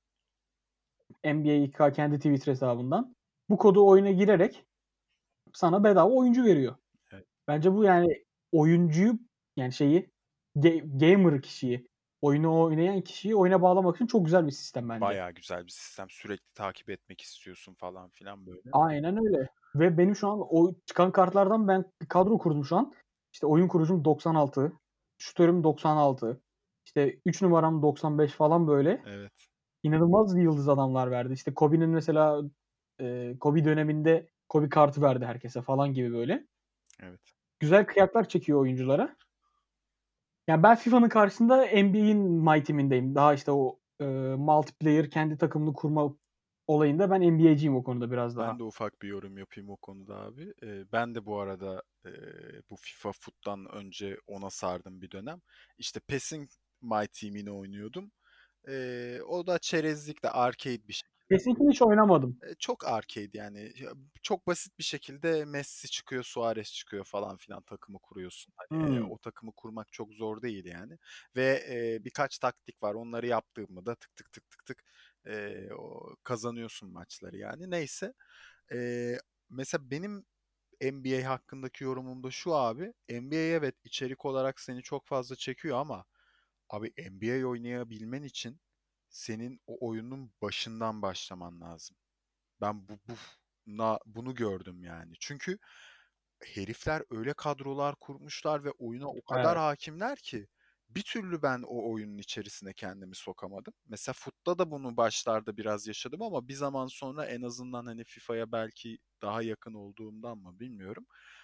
NBA 2K kendi Twitter hesabından. Bu kodu oyuna girerek sana bedava oyuncu veriyor. Evet. Bence bu, yani, oyuncuyu, yani, şeyi, gamer kişiyi, oyunu oynayan kişiyi oyuna bağlamak için çok güzel bir sistem bence. Bayağı güzel bir sistem. Sürekli takip etmek istiyorsun falan filan böyle. Aynen öyle ve benim şu an o çıkan kartlardan ben bir kadro kurdum şu an. İşte, oyun kurucum 96, şutörüm 96, işte, 3 numaram 95 falan böyle. Evet, İnanılmaz yıldız adamlar verdi. İşte, Kobe'nin mesela, Kobe döneminde Kobe kartı verdi herkese falan gibi böyle. evet. Güzel kıyaklar çekiyor oyunculara. Ya, ben FIFA'nın karşısında NBA'in My Team'indeyim. Daha, işte, o, multiplayer kendi takımını kurma olayında ben NBA'ciyim o konuda biraz Ben daha. de ufak bir yorum yapayım o konuda abi. Ben de bu arada bu FIFA Foot'tan önce ona sardım bir dönem. İşte PES'in My Team'ini oynuyordum. O da çerezlikle arcade bir şekilde. PES'inkini hiç oynamadım. Çok arcade yani. Çok basit bir şekilde Messi çıkıyor, Suarez çıkıyor falan filan takımı kuruyorsun. Hani Hımm. o takımı kurmak çok zor değil yani. Ve birkaç taktik var. Onları yaptığımda da tık tık tık tık tık kazanıyorsun maçları yani. Neyse. Eee, mesela benim NBA hakkındaki yorumum da şu abi. NBA evet içerik olarak seni çok fazla çekiyor ama abi NBA oynayabilmen için senin o oyunun başından başlaman lazım. Ben bunu gördüm yani. Çünkü herifler öyle kadrolar kurmuşlar ve oyuna o kadar Evet. hakimler ki bir türlü ben o oyunun içerisine kendimi sokamadım. Mesela FUT'ta da bunu başlarda biraz yaşadım ama bir zaman sonra en azından hani FIFA'ya belki daha yakın olduğumdan mı bilmiyorum.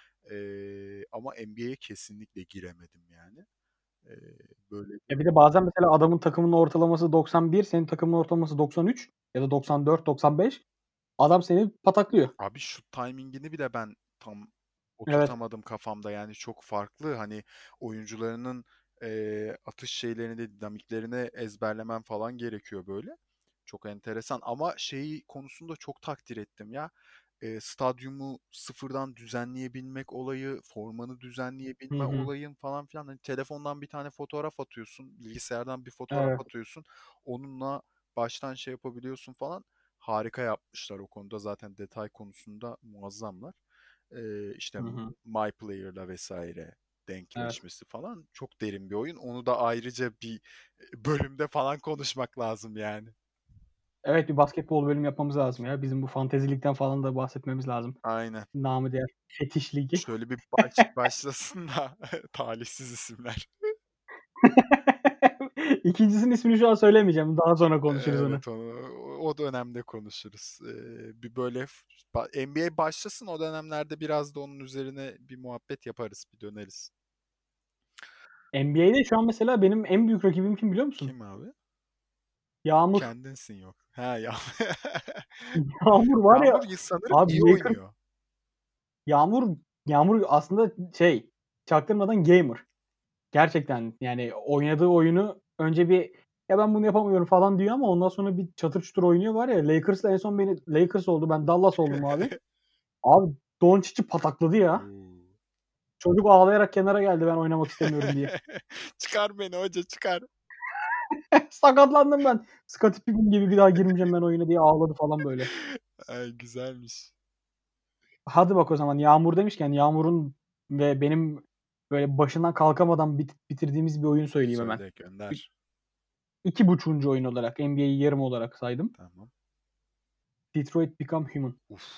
Ama NBA'ye kesinlikle giremedim yani. Ee, böyle Bir de bazen mesela adamın takımının ortalaması 91, senin takımının ortalaması 93 ya da 94, 95. Adam seni pataklıyor. Abi şut timing'ini bile ben tam Evet. oturtamadım kafamda. Yani çok farklı. Hani oyuncularının atış şeylerini de dinamiklerini ezberlemem falan gerekiyor böyle. Çok enteresan ama şeyi konusunda çok takdir ettim ya. Stadyumu sıfırdan düzenleyebilmek olayı, formanı Hı düzenleyebilme hı. olayın falan filan. Hani telefondan bir tane fotoğraf atıyorsun, bilgisayardan bir fotoğraf Evet. atıyorsun. Onunla baştan şey yapabiliyorsun falan. Harika yapmışlar o konuda zaten detay konusunda muazzamlar. İşte Hı hı. My Player'la vesaire Evet. denkleşmesi falan çok derin bir oyun. Onu da ayrıca bir bölümde falan konuşmak lazım yani. Evet, bir basketbol bölümü yapmamız lazım ya. Bizim bu fantezilikten falan da bahsetmemiz lazım. Aynen. Namı diğer Fetiş Ligi. Şöyle bir başlasın da talihsiz isimler. 2'ncisinin ismini şu an söylemeyeceğim. Daha sonra konuşuruz onu. Evet onu o dönemde konuşuruz. Bir böyle NBA başlasın o dönemlerde biraz da onun üzerine bir muhabbet yaparız, bir döneriz. NBA'de şu an mesela benim en büyük rakibim kim biliyor musun? Kim abi? Yağmur. Kendinsin yok. Ha ya. Yağmur var ya, Yağmur sanırım iyi abi Lakers oynuyor. Yağmur Yağmur aslında şey, çaktırmadan gamer. Gerçekten yani oynadığı oyunu önce bir "Ya, ben bunu yapamıyorum." falan diyor ama ondan sonra bir çatır çutur oynuyor var ya, Lakers'la en son beni Lakers oldu, ben Dallas oldum abi. Abi Doncic'i patakladı ya. Oo. Çocuk ağlayarak kenara geldi ben oynamak istemiyorum diye. Çıkar beni hoca çıkar. Sakatlandım ben. Scottie Pippen gibi bir daha girmeyeceğim ben oyuna diye ağladı falan böyle. Ay güzelmiş. Hadi bak o zaman Yağmur demişken Yağmur'un ve benim böyle başından kalkamadan bitirdiğimiz bir oyun söyleyeyim hemen. Söyle gönder. 2.5'uncu oyun olarak, NBA'yi yarım olarak saydım. Tamam. Detroit Become Human. Uf.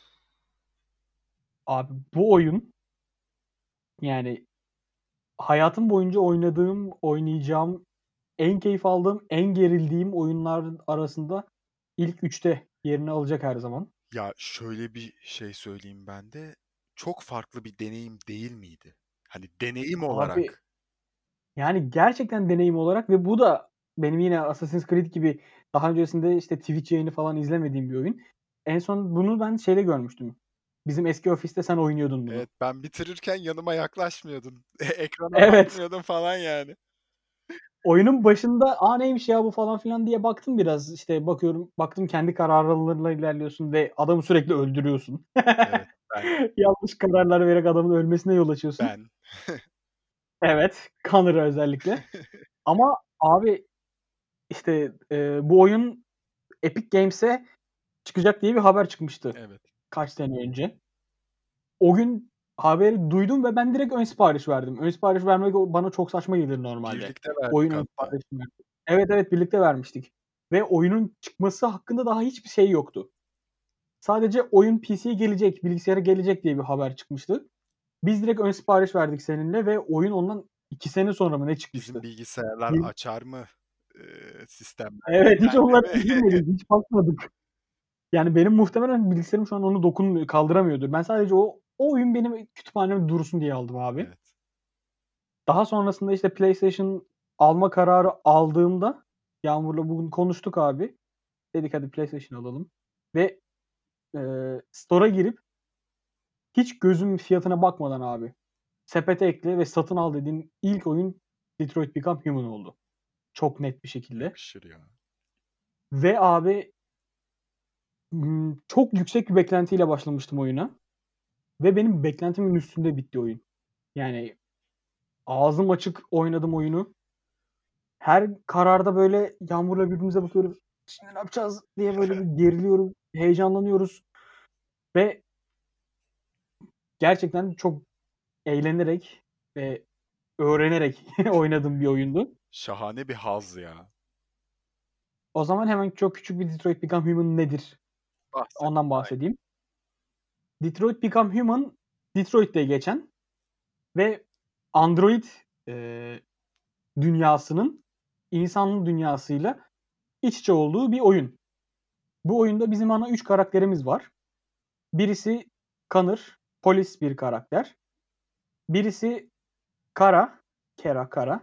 Abi bu oyun, yani hayatım boyunca oynadığım, oynayacağım, en keyif aldığım, en gerildiğim oyunlar arasında ilk üçte yerini alacak her zaman. Ya, şöyle bir şey söyleyeyim ben de, çok farklı bir deneyim değil miydi? Hani, deneyim Abi, olarak. yani gerçekten deneyim olarak ve bu da benim yine Assassin's Creed gibi daha öncesinde, işte, Twitch yayını falan izlemediğim bir oyun. En son bunu ben şeyde görmüştüm. Bizim eski ofiste sen oynuyordun bunu. Evet, ben bitirirken yanıma yaklaşmıyordun. Ekrana Evet. bakmıyordun falan yani. Oyunun başında, "A, neymiş ya bu?" falan filan diye baktım biraz. İşte, baktım kendi kararlarınla ilerliyorsun ve adamı sürekli öldürüyorsun. Evet, Yanlış kararlar vererek adamın ölmesine yol açıyorsun. ben. Evet, Connor'a özellikle. Ama abi, işte, bu oyun Epic Games'e çıkacak diye bir haber çıkmıştı Evet. kaç sene önce. O gün haberi duydum ve ben direkt ön sipariş verdim. Ön sipariş vermek bana çok saçma gelir normalde. Birlikte Oyun verdik ön hatta. siparişi vermek. Evet, evet, birlikte vermiştik ve oyunun çıkması hakkında daha hiçbir şey yoktu. Sadece oyun PC'ye gelecek, bilgisayara gelecek diye bir haber çıkmıştı. Biz direkt ön sipariş verdik seninle ve oyun ondan 2 sene sonra mı ne Bizim çıkmıştı. bilgisayarlar Bir açar mı, sistemlerle Evet, hiç onlara kendimi? girmedik, hiç bakmadık. Yani benim muhtemelen bilgisayarım şu an onu kaldıramıyordur. Ben sadece o oyun benim kütüphanemde dursun diye aldım abi. Evet. Daha sonrasında, işte, PlayStation alma kararı aldığımda Yağmur'la bugün konuştuk abi. Dedik hadi PlayStation alalım ve, store'a girip hiç gözüm fiyatına bakmadan abi sepete ekle ve satın al dediğim ilk oyun Detroit Become Human oldu. Çok net bir şekilde Yakışır ya. ve abi, çok yüksek bir beklentiyle başlamıştım oyuna ve benim beklentimin üstünde bitti oyun. Yani ağzım açık oynadım oyunu. Her kararda böyle Yağmur'la birbirimize bakıyoruz. "Şimdi ne yapacağız?" diye böyle bir geriliyoruz, heyecanlanıyoruz ve gerçekten çok eğlenerek ve öğrenerek oynadığım bir oyundu. Şahane bir haz ya. O zaman hemen çok küçük bir Detroit Become Human nedir? Bahset. Ondan Aynen. bahsedeyim. Detroit Become Human, Detroit'te geçen ve android, eee, dünyasının insan dünyasıyla iç içe olduğu bir oyun. Bu oyunda bizim ana 3 karakterimiz var. Birisi Connor, polis bir karakter. Birisi Kara, Kara,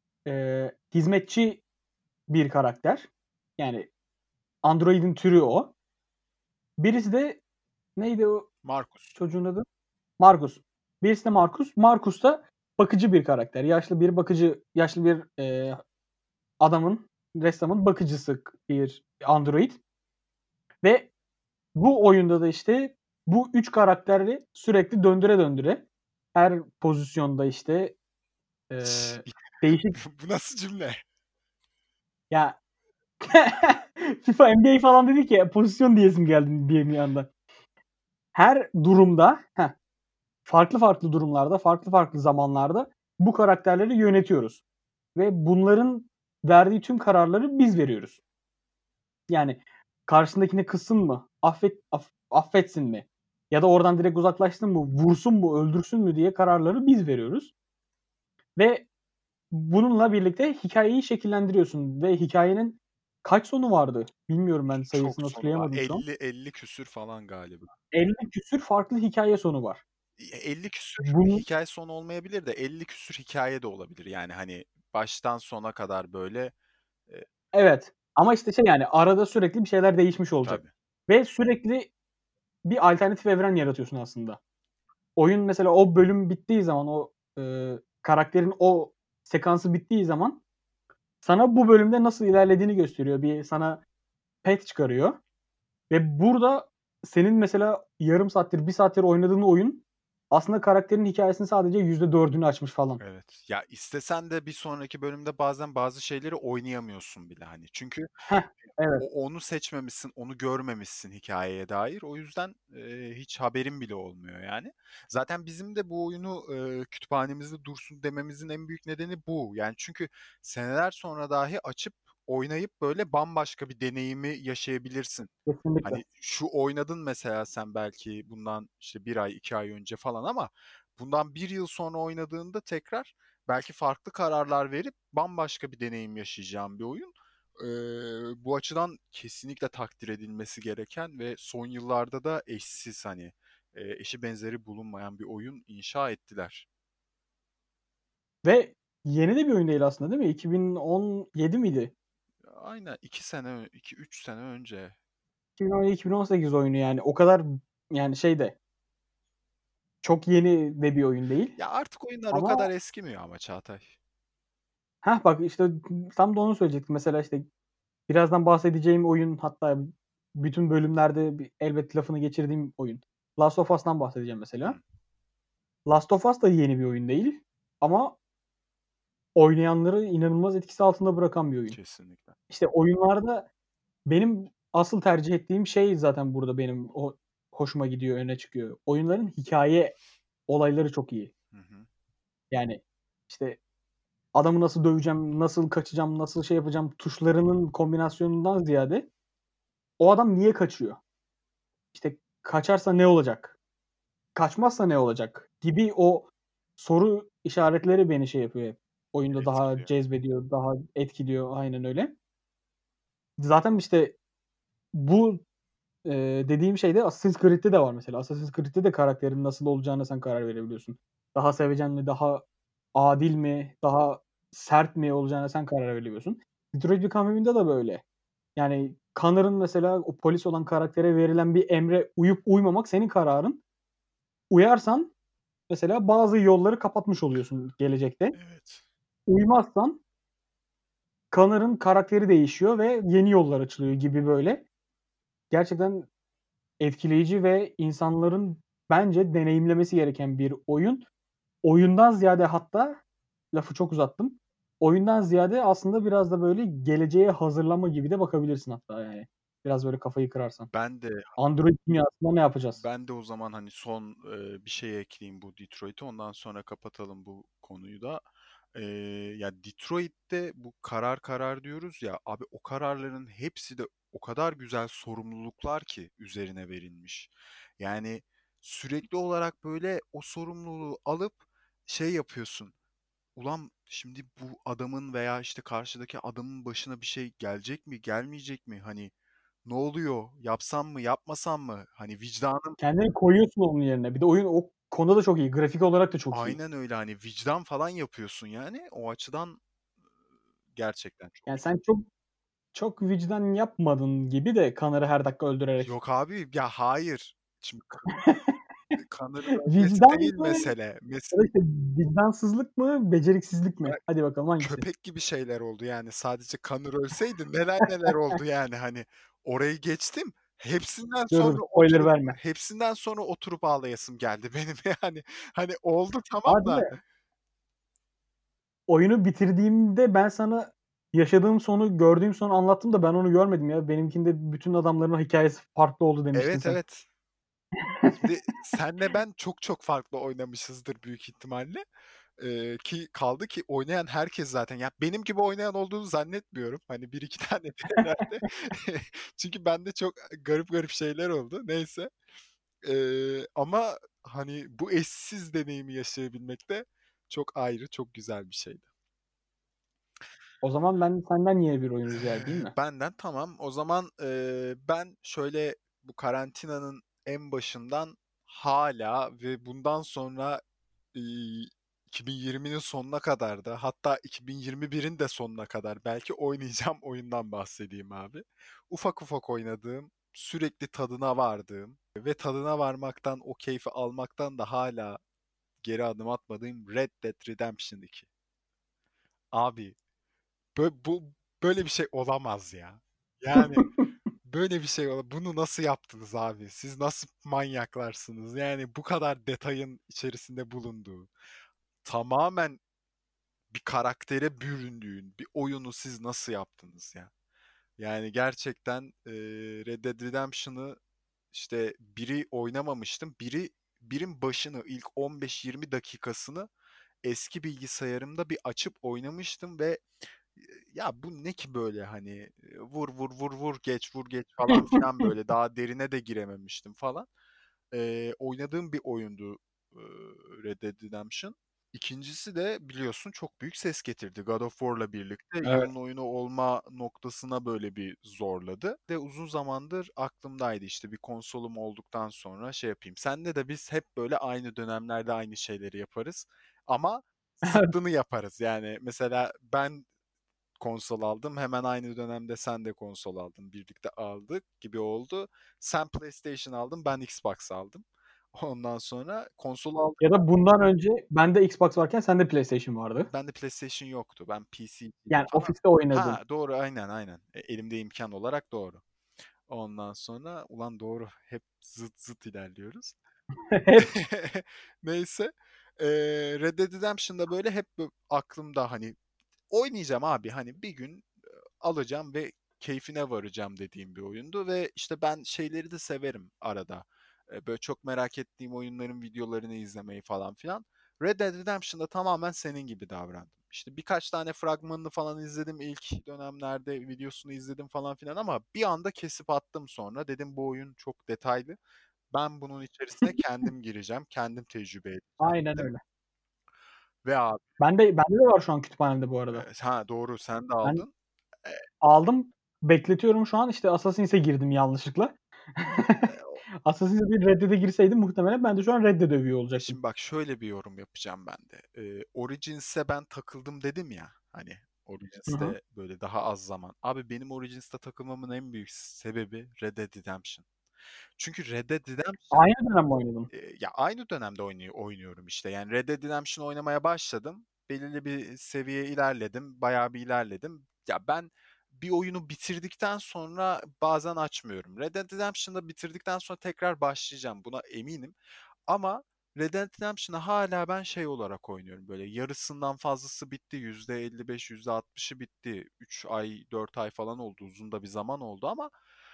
hizmetçi bir karakter. Yani android'in türü o. Birisi de neydi o Markus. çocuğun adı? Marcus. Birisi de Marcus. Marcus da bakıcı bir karakter. Yaşlı bir, adamın, ressamın bakıcısı bir android ve bu oyunda da, işte, bu 3 karakteri sürekli döndüre döndüre her pozisyonda, işte, eee, değişik Bu nasıl cümle? ya FIFA, NBA falan dedik ya, pozisyon diyesim geldi diye bir anda. Her durumda, farklı farklı durumlarda, farklı farklı zamanlarda bu karakterleri yönetiyoruz ve bunların verdiği tüm kararları biz veriyoruz. Yani karşısındakine kızsın mı, affetsin mi ya da oradan direkt uzaklaşsın mı, vursun mu, öldürsün mü diye kararları biz veriyoruz ve bununla birlikte hikâyeyi şekillendiriyorsun ve hikâyenin kaç sonu vardı bilmiyorum ben Çok sayısını sonu var. hatırlayamadım şu an. 50 küsür falan galiba. 50 küsur farklı hikâye sonu var. 50 küsür Bunun hikâye sonu olmayabilir de 50 küsür hikâye de olabilir. Yani, hani, baştan sona kadar böyle, eee Evet ama işte şey yani arada sürekli bir şeyler değişmiş olacak Tabii. ve sürekli bir alternatif evren yaratıyorsun aslında. Oyun mesela o bölüm bittiği zaman karakterin o sekansı bittiği zaman sana bu bölümde nasıl ilerlediğini gösteriyor. Bir sana pet çıkarıyor ve burada senin mesela yarım saattir, bir saattir oynadığın oyun aslında karakterin hikâyesinin sadece %4'ünü açmış falan. Evet. Ya, istesen de bir sonraki bölümde bazen bazı şeyleri oynayamıyorsun bile, hani. Çünkü Heh, evet. onu seçmemişsin, onu görmemişsin hikâyeye dair. O yüzden, hiç haberin bile olmuyor yani. Zaten bizim de bu oyunu, kütüphanemizde dursun dememizin en büyük nedeni bu. Yani çünkü seneler sonra dahi açıp oynayıp böyle bambaşka bir deneyimi yaşayabilirsin. Kesinlikle. Hani, şu oynadın mesela sen belki bundan, işte, 1 ay, 2 ay önce falan ama bundan 1 yıl sonra oynadığında tekrar belki farklı kararlar verip bambaşka bir deneyim yaşayacağın bir oyun. Bu açıdan kesinlikle takdir edilmesi gereken ve son yıllarda da eşsiz, hani, eşi benzeri bulunmayan bir oyun inşa ettiler. Ve yeni de bir oyun değil aslında, değil mi? 2017 miydi? Aynen 2 sene 2-3 sene önce. 2017-2018 oyunu yani. O kadar yani şey de çok yeni de bir oyun değil Ya, artık oyunlar o ama kadar eskimiyor ama Çağatay. hah, bak, işte, tam da onu söyleyecektim. Mesela, işte, birazdan bahsedeceğim oyun hatta bütün bölümlerde elbet lafını geçirdiğim oyun. Last of Us'tan bahsedeceğim mesela. Hıı, Last of Us da yeni bir oyun değil ama oynayanları inanılmaz etkisi altında bırakan bir oyun. kesinlikle. İşte, oyunlarda benim asıl tercih ettiğim şey zaten burada benim hoşuma gidiyor, öne çıkıyor. Oyunların hikâye olayları çok iyi. Hı hı. Yani, işte, adamı nasıl döveceğim, nasıl kaçacağım, nasıl şey yapacağım tuşlarının kombinasyonundan ziyade o adam niye kaçıyor? İşte, kaçarsa ne olacak? Kaçmazsa ne olacak? Gibi o soru işaretleri beni şey yapıyor hep. Oyunda daha Etkiliyor. cezbediyor, daha etkiliyor. Aynen öyle. Zaten, işte, bu, dediğim şey de Assassin's Creed'de de var mesela. Assassin's Creed'de de karakterin nasıl olacağına sen karar verebiliyorsun. Daha sevecen mi, daha adil mi, daha sert mi olacağına sen karar verebiliyorsun. Detroit Become Human'da da böyle. Yani Connor'ın mesela o polis olan karaktere verilen bir emre uyup uymamak senin kararın. Uyarsan mesela bazı yolları kapatmış oluyorsun gelecekte. Evet. Uymazsan Connor'ın karakteri değişiyor ve yeni yollar açılıyor gibi böyle. Gerçekten etkileyici ve insanların bence deneyimlemesi gereken bir oyun. Oyundan ziyade hatta lafı çok uzattım. Oyundan ziyade aslında biraz da böyle geleceğe hazırlama gibi de bakabilirsin hatta yani. Biraz böyle kafayı kırarsan. Ben de Android dünyasında ne yapacağız? Ben de o zaman, hani, son, bir şey ekleyeyim bu Detroit'e, ondan sonra kapatalım bu konuyu da. Ya, Detroit'te bu karar karar diyoruz ya, abi o kararların hepsi de o kadar güzel sorumluluklar ki üzerine verilmiş. Yani sürekli olarak böyle o sorumluluğu alıp şey yapıyorsun. Ulan şimdi bu adamın veya işte karşıdaki adamın başına bir şey gelecek mi, gelmeyecek mi? Hani ne oluyor? Yapsam mı, yapmasam mı? Hani vicdanım. Kendini koyuyorsun onun yerine. Bir de oyun o konuda da çok iyi. Grafik olarak da çok iyi. Aynen öyle, hani vicdan falan yapıyorsun yani. O açıdan gerçekten çok Yani iyi. sen çok vicdan yapmadın gibi de Connor'ı her dakika öldürerek. Yok abi, ya hayır. Şimdi Connor'ın ölmesi Vicdan değil mı mesele. ya da işte vicdansızlık mı, beceriksizlik Ya mi? Hadi bakalım hangisi? köpek gibi şeyler oldu yani. Sadece Connor ölseydi neler neler oldu yani. Hani orayı geçtim. Dur, dur, spoiler verme. Hepsinden sonra oturup ağlayasım geldi benim yani. Hani oldu tamam Hadi da. de oyunu bitirdiğimde ben sana yaşadığım sonu, gördüğüm sonu anlattım da ben onu görmedim ya. Benimkinde bütün adamların hikâyesi farklı oldu demiştin Evet, sen. evet. Şimdi senle ben çok çok farklı oynamışızdır büyük ihtimalle. Ki kaldı ki oynayan herkes zaten ya benim gibi oynayan olduğunu zannetmiyorum. Hani bir iki tanedir herhâlde. Çünkü bende çok garip garip şeyler oldu. Neyse. Ama hani bu eşsiz deneyimi yaşayabilmek de çok ayrı, çok güzel bir şeydi. O zaman ben senden yeni bir oyun rica edeyim mi? Benden tamam. O zaman, ben şöyle bu karantinanın en başından hâlâ ve bundan sonra, iii, 2020'nin sonuna kadar da hatta 2021'in de sonuna kadar belki oynayacağım oyundan bahsedeyim abi. Ufak ufak oynadığım, sürekli tadına vardığım ve tadına varmaktan, o keyfi almaktan da hâlâ geri adım atmadığım Red Dead Redemption 2. Abi, bu böyle bir şey olamaz ya. Yani böyle bir şey bunu nasıl yaptınız abi? Siz nasıl manyaklarsınız? Yani bu kadar detayın içerisinde bulunduğu, tamamen bir karaktere büründüğün bir oyunu siz nasıl yaptınız ya? Yani gerçekten, Red Dead Redemption'ı işte biri oynamamıştım. Birin başını ilk 15-20 dakikasını eski bilgisayarımda bir açıp oynamıştım ve ya bu ne ki böyle hani vur vur vur vur geç vur geç falan filan böyle daha derine de girememiştim falan. Oynadığım bir oyundu Red Dead Redemption. İkincisi de biliyorsun çok büyük ses getirdi. God of War'la birlikte Evet. yılın oyunu olma noktasına böyle bir zorladı ve uzun zamandır aklımdaydı, işte, bir konsolum olduktan sonra şey yapayım. Seninle de biz hep böyle aynı dönemlerde aynı şeyleri yaparız ama zıttını yaparız. Yani mesela ben konsol aldım, hemen aynı dönemde sen de konsol aldın, birlikte aldık gibi oldu. Sen PlayStation aldın, ben Xbox aldım. Ondan sonra konsol Ya aldık. da bundan önce bende Xbox varken sende PlayStation vardı. Bende PlayStation yoktu. Ben PC'ciydim Yani falan. ofiste oynadığın. Ha, doğru, aynen, aynen. Elimde imkan olarak doğru. Ondan sonra ulan doğru, hep zıt zıt ilerliyoruz. Hep. Neyse, Red Dead Redemption'da böyle hep aklımda, hani, oynayacağım abi, hani, bir gün alacağım ve keyfine varacağım dediğim bir oyundu ve, işte, ben şeyleri de severim arada. Böyle çok merak ettiğim oyunların videolarını izlemeyi falan filan. Red Dead Redemption'da tamamen senin gibi davrandım. İşte, birkaç tane fragmanını falan izledim ilk dönemlerde, videosunu izledim falan filan ama bir anda kesip attım sonra. Dedim bu oyun çok detaylı. Ben bunun içerisine kendim gireceğim, kendim tecrübe edeceğim Aynen dedim öyle. ve abi, Bende de var şu an kütüphanemde bu arada. ha, doğru sen de Ben aldın. Eee, aldım, bekletiyorum şu an. İşte Assassins'e girdim yanlışlıkla. o Assassin's Creed Red Dead'e girseydim muhtemelen ben de şu an Red Dead övüyor olacaktım. Şimdi bak şöyle bir yorum yapacağım ben de. Origins'e ben takıldım dedim ya, hani, Hı hı. Origins'te böyle daha az zaman. Abi benim Origins'te takılmamın en büyük sebebi Red Dead Redemption. Çünkü Red Dead Redemption, Aynı dönem mi oynadın? ya, aynı dönemde oynuyorum işte. Yani Red Dead Redemption oynamaya başladım. Belirli bir seviye ilerledim, bayağı bir ilerledim. Ya ben bir oyunu bitirdikten sonra bazen açmıyorum. Red Dead Redemption'da bitirdikten sonra tekrar başlayacağım. Buna eminim. Ama Red Dead Redemption'ı hâlâ ben şey olarak oynuyorum, böyle yarısından fazlası bitti, %55, %60'ı bitti. 3 ay, 4 ay falan oldu, uzun da bir zaman oldu ama,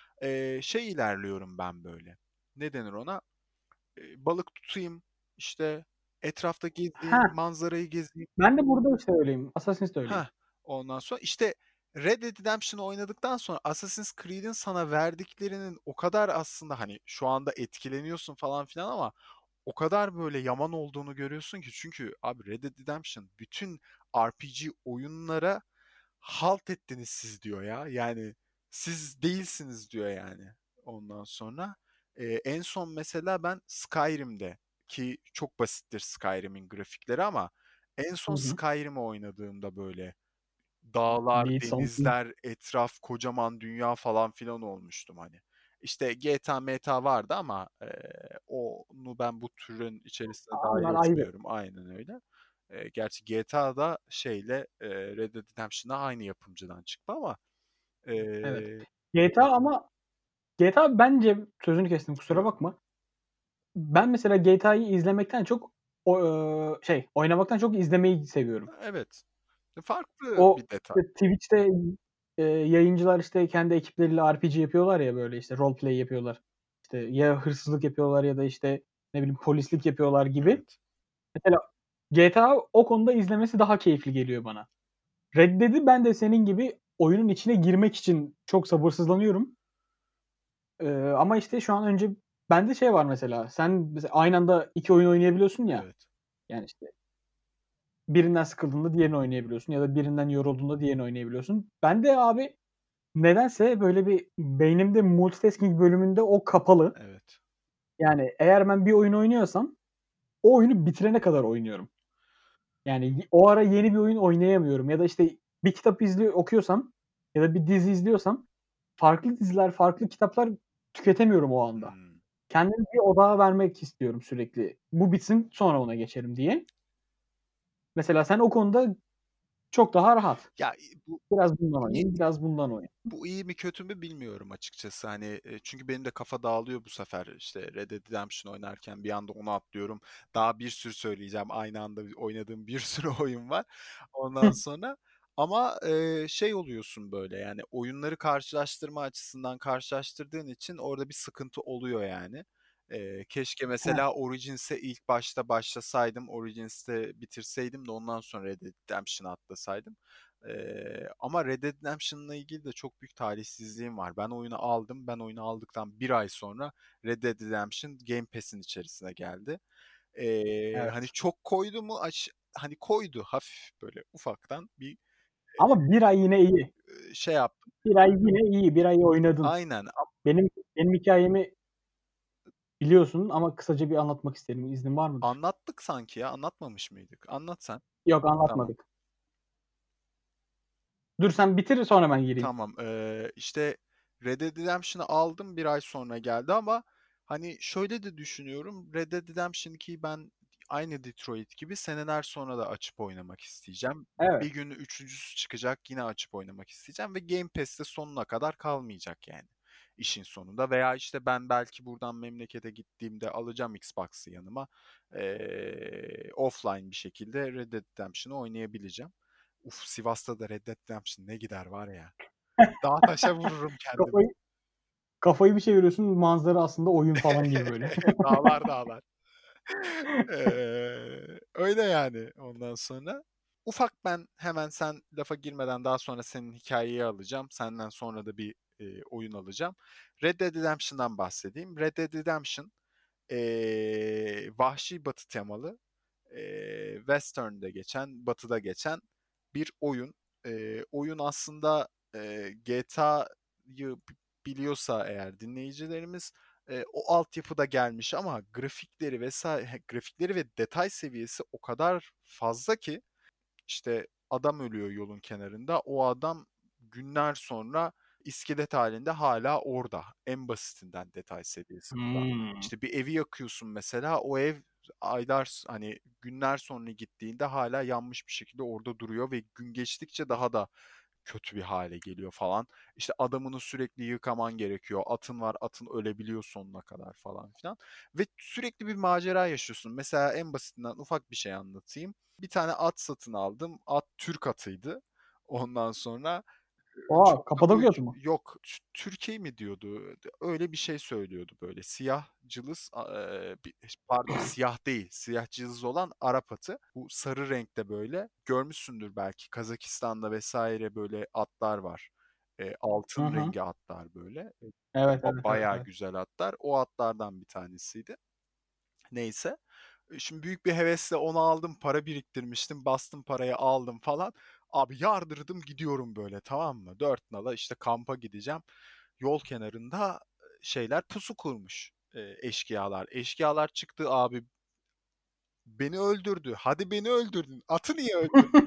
şey ilerliyorum ben böyle, ne denir ona? Balık tutayım, işte, etrafta gezeyim, Heh, manzarayı gezeyim. ben de burada işte öyleyim. Assassin's'te öyleyim. Heh, ondan sonra, işte, Red Dead Redemption'ı oynadıktan sonra Assassin's Creed'in sana verdiklerinin o kadar aslında, hani, şu anda etkileniyorsun falan filan ama o kadar böyle yaman olduğunu görüyorsun ki çünkü abi Red Dead Redemption bütün RPG oyunlara halt ettiniz siz diyor ya. Yani siz değilsiniz diyor yani. Ondan sonra en son mesela ben Skyrim'de ki çok basittir Skyrim'in grafikleri ama en Hı son hı. Skyrim'i oynadığımda böyle dağlar, Bir son denizler, etraf, kocaman dünya falan filan olmuştum hani. İşte GTA, meta vardı ama onu ben bu türün içerisine dahil onlar ayrı. etmiyorum. Aynen öyle. Gerçi GTA da şeyle Red Dead Redemption'a aynı yapımcıdan çıktı ama Evet. eee, GTA ama GTA bence sözünü kestim kusura Yo, bakma. Ben mesela GTA'yı izlemekten çok oynamaktan çok izlemeyi seviyorum. evet. Farklı O, bir detay. işte, Twitch'te, yayıncılar, işte, kendi ekipleriyle RPG yapıyorlar ya, böyle, işte, role play yapıyorlar. İşte, ya hırsızlık yapıyorlar ya da, işte, ne bileyim, polislik yapıyorlar gibi. Evet. Mesela GTA o konuda izlemesi daha keyifli geliyor bana. Red Dead'i ben de senin gibi oyunun içine girmek için çok sabırsızlanıyorum. Ama, işte, şu an önce bende şey var mesela, sen mesela aynı anda 2 oyun oynayabiliyorsun ya, Evet. yani, işte, birinden sıkıldığında diğerini oynayabiliyorsun ya da birinden yorulduğunda diğerini oynayabiliyorsun. Bende abi nedense böyle bir beynimde multitasking bölümünde o kapalı. Evet. Yani eğer ben bir oyun oynuyorsam o oyunu bitirene kadar oynuyorum. Yani o ara yeni bir oyun oynayamıyorum ya da, işte, bir kitap okuyorsam ya da bir dizi izliyorsam farklı diziler, farklı kitaplar tüketemiyorum o anda. Hımm. Kendimi bir odağa vermek istiyorum sürekli. Bu bitsin, sonra ona geçerim diye. Mesela sen o konuda çok daha rahat. Ya, bu Biraz bundan iyi oynayayım, biraz bundan oynayayım. Bu iyi mi kötü mü bilmiyorum açıkçası. Hani, çünkü benim de kafa dağılıyor bu sefer. İşte Red Dead Redemption oynarken bir anda onu atlıyorum. Daha bir sürü söyleyeceğim. Aynı anda oynadığım bir sürü oyun var. Ondan sonra ama, şey oluyorsun böyle, yani oyunları karşılaştırma açısından karşılaştırdığın için orada bir sıkıntı oluyor yani. Keşke Heh, mesela Origins'e ilk başta başlasaydım, Origins'te bitirseydim de ondan sonra Red Dead Redemption'a atlasaydım. Ama Red Dead Redemption'la ilgili de çok büyük talihsizliğim var. Ben oyunu aldım. Ben oyunu aldıktan bir ay sonra Red Dead Redemption Game Pass'in içerisine geldi. Hani evet. çok koydu mu? hani koydu hafif böyle ufaktan bir, Ama bir ay yine iyi. şey yaptım. Bir ay yine iyi. Bir ay oynadın. Aynen. Benim hikâyemi biliyorsun ama kısaca bir anlatmak isterim. İznin var mıdır? Anlattık sanki ya, anlatmamış mıydık? Anlat sen. Yok, Tamam. anlatmadık. Dur sen bitir sonra ben gireyim. Tamam. İşte Red Dead Redemption'ı aldım, bir ay sonra geldi ama hani şöyle de düşünüyorum. Red Dead Redemption 2'yi ben aynı Detroit gibi seneler sonra da açıp oynamak isteyeceğim. Bir Evet. gün üçüncüsü çıkacak, yine açıp oynamak isteyeceğim ve Game Pass'te sonuna kadar kalmayacak yani işin sonunda. Veya işte ben belki buradan memlekete gittiğimde alacağım Xbox'ı yanıma. Offline bir şekilde Red Dead Redemption'ı oynayabileceğim. Uf, Sivas'ta da Red Dead Redemption ne gider var ya. Dağa taşa vururum kendimi. Kafayı kafayı bir çeviriyorsun, manzara aslında oyun falan gibi böyle. Dağlar dağlar. Öyle yani ondan sonra. Ufak ben hemen sen lafa girmeden daha sonra senin hikayeyi alacağım. Senden sonra da bir oyun alacağım. Red Dead Redemption'dan bahsedeyim. Red Dead Redemption Vahşi Batı temalı, Western'de geçen, Batı'da geçen bir oyun. Oyun aslında GTA'yı biliyorsa eğer dinleyicilerimiz, o altyapıda gelmiş ama grafikleri vesaire, grafikleri ve detay seviyesi o kadar fazla ki işte adam ölüyor yolun kenarında. O adam günler sonra iskelet halinde hala orada. En basitinden detay seviyesi bu da. Hımm. İşte bir evi yakıyorsun mesela, o ev aylar hani günler sonra gittiğinde hala yanmış bir şekilde orada duruyor ve gün geçtikçe daha da kötü bir hale geliyor falan. İşte adamını sürekli yıkaman gerekiyor. Atın var, atın ölebiliyor sonuna kadar falan filan. Ve sürekli bir macera yaşıyorsun. Mesela en basitinden ufak bir şey anlatayım. Bir tane at satın aldım. At Türk atıydı. Ondan sonra Oha, çok da böyle Kapadokya atı mı? yok, Türkiye mi diyordu? Öyle bir şey söylüyordu böyle. Siyah cılız, pardon, siyah değil. Siyah cılız olan Arap atı. Bu sarı renkte böyle. Görmüşsündür belki. Kazakistan'da vesaire böyle atlar var. Hı Altın hı. rengi atlar böyle. Evet, evet, evet, Bayağı evet. güzel atlar. O atlardan bir tanesiydi. Neyse. Şimdi büyük bir hevesle onu aldım, para biriktirmiştim, bastım parayı aldım falan. Abi yardırdım gidiyorum böyle, tamam mı? Dört nala işte kampa gideceğim. Yol kenarında şeyler pusu kurmuş, eşkıyalar. Eşkıyalar çıktı abi, beni öldürdü. Hadi beni öldürdün. Atı niye öldürdün?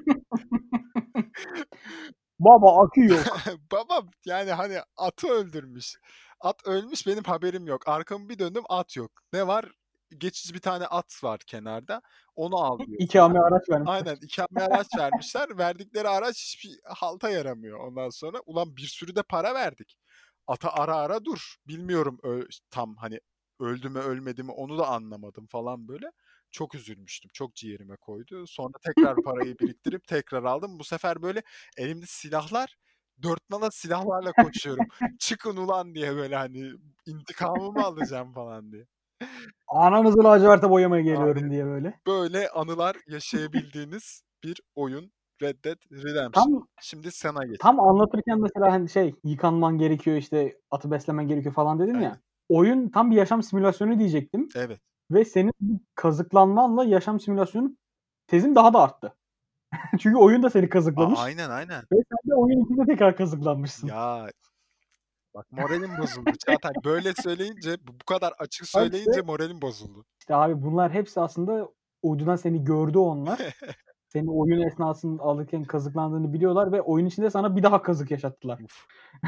Baba akü yok. Babam yani hani atı öldürmüş. At ölmüş, benim haberim yok. Arkamı bir döndüm, at yok. Ne var? Geçici bir tane at var kenarda. Onu al diyor İkame falan. araç Aynen, vermişler. ikame araç vermişler. Verdikleri araç hiçbir halta yaramıyor ondan sonra. Ulan bir sürü de para verdik. Ata ara ara dur. Bilmiyorum tam hani öldü mü ölmedi mi onu da anlamadım falan böyle. Çok üzülmüştüm. Çok ciğerime koydu. Sonra tekrar parayı biriktirip tekrar aldım. Bu sefer böyle elimde silahlar, dört nala silahlarla koşuyorum. Çıkın ulan diye böyle hani intikamımı alacağım falan diye. Ananızı laciverte boyamaya Aynen. geliyorum diye böyle. Böyle anılar yaşayabildiğiniz bir oyun Red Dead Redemption. Tam Şimdi sana tam geçelim. anlatırken mesela, hani, şey, yıkanman gerekiyor, işte, atı beslemen gerekiyor falan dedin Aynen. ya. Oyun tam bir yaşam simülasyonu diyecektim Evet. ve senin bu kazıklanmanla yaşam simülasyonu tezin daha da arttı. Çünkü oyun da seni kazıklamış Aynen, aynen. ve sen de oyun içinde tekrar kazıklanmışsın. Ya bak, moralim bozuldu Çağatay. Böyle söyleyince, bu kadar açık Bak işte, söyleyince moralim bozuldu. abi bunlar hepsi aslında uydudan seni gördü onlar. Senin oyun esnasında alırken kazıklandığını biliyorlar ve oyun içinde sana bir daha kazık yaşattılar. Uf.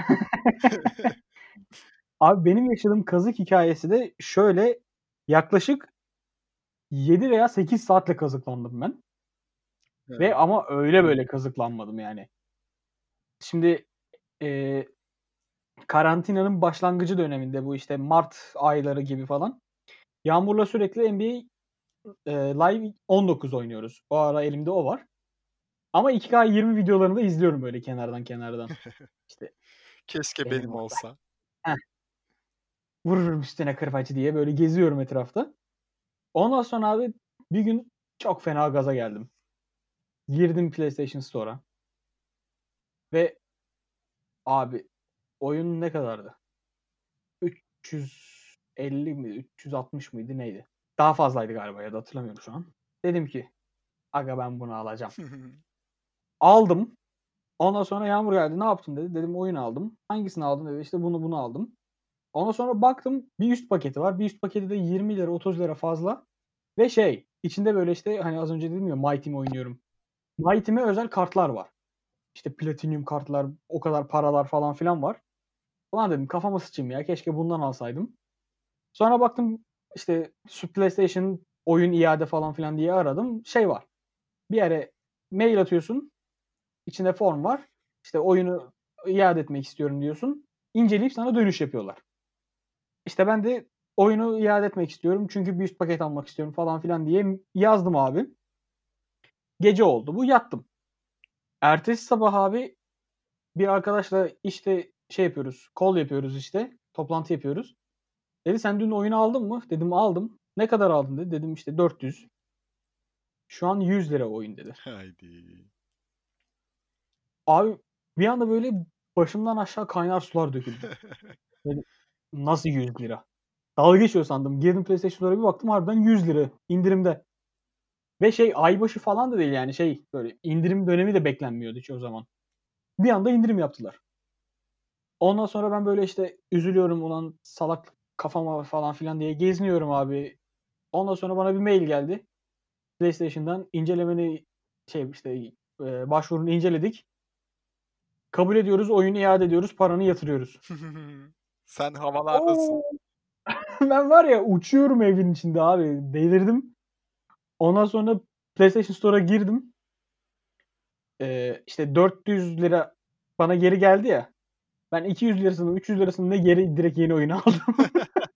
Abi benim yaşadığım kazık hikâyesi de şöyle, yaklaşık 7 veya 8 saatle kazıklandım ben ve Evet. ama öyle böyle kazıklanmadım yani. Şimdi, eee, karantinanın başlangıcı döneminde bu, işte, mart ayları gibi falan Yağmur'la sürekli NBA, Live 19 oynuyoruz. O ara elimde o var ama 2K20 videolarını da izliyorum böyle kenardan kenardan. İşte, Keşke benim benim orada, olsa. heh, vururum üstüne kırbacı diye böyle geziyorum etrafta. Ondan sonra abi bir gün çok fena gaza geldim. Girdim PlayStation Store'a ve abi oyun ne kadardı? 350 mi, 360 mıydı neydi? Daha fazlaydı galiba ya da hatırlamıyorum şu an. Dedim ki Aga ben bunu alacağım. Aldım. Ondan sonra Yağmur geldi. "Ne yaptın?" dedi. Dedim, "Oyun aldım." "Hangisini aldın?" dedi. İşte, "Bunu aldım." Ondan sonra baktım bir üst paketi var. Bir üst paketi de 20 lira, 30 lira fazla ve şey, içinde böyle, işte, hani, az önce dedim ya My Team oynuyorum. My Team'e özel kartlar var. İşte, platinum kartlar, o kadar paralar falan filan var. Ulan dedim kafama sıçayım ya, keşke bundan alsaydım. Sonra baktım, işte, şu PlayStation oyun iade falan filan diye aradım. Şey var, bir yere mail atıyorsun, içinde form var. İşte, oyunu iade etmek istiyorum diyorsun. İnceleyip sana dönüş yapıyorlar. İşte, ben de oyunu iade etmek istiyorum çünkü bir üst paket almak istiyorum falan filan diye yazdım abi. Gece oldu bu, yattım. Ertesi sabah abi bir arkadaşla, işte, şey yapıyoruz, call yapıyoruz, işte, toplantı yapıyoruz. Dedi, "Sen dün oyunu aldın mı?" Dedim, "Aldım." "Ne kadar aldın?" dedi. Dedim, işte, 400. "Şu an 100 lira oyun." dedi. Haydi. Abi bir anda böyle başımdan aşağı kaynar sular döküldü. Dedim, "Nasıl 100 lira?" Dalga geçiyor sandım. Girdim PlayStation Store'a bir baktım harbiden 100 lira indirimde ve şey aybaşı falan da değil yani şey böyle indirim dönemi de beklenmiyordu hiç o zaman. Bir anda indirim yaptılar. Ondan sonra ben böyle işte üzülüyorum ulan salak kafama falan filan diye geziniyorum abi. Ondan sonra bana bir mail geldi. PlayStation'dan incelemeni şey işte başvurunu inceledik. Kabul ediyoruz, oyunu iade ediyoruz, paranı yatırıyoruz. Sen havalardasın. O! Ben var ya uçuyorum evin içinde abi. Delirdim. Ondan sonra PlayStation Store'a girdim. İşte 400 lira bana geri geldi ya. Ben 200 lirasını, 300 lirasını ne geri direkt yeni oyunu aldım.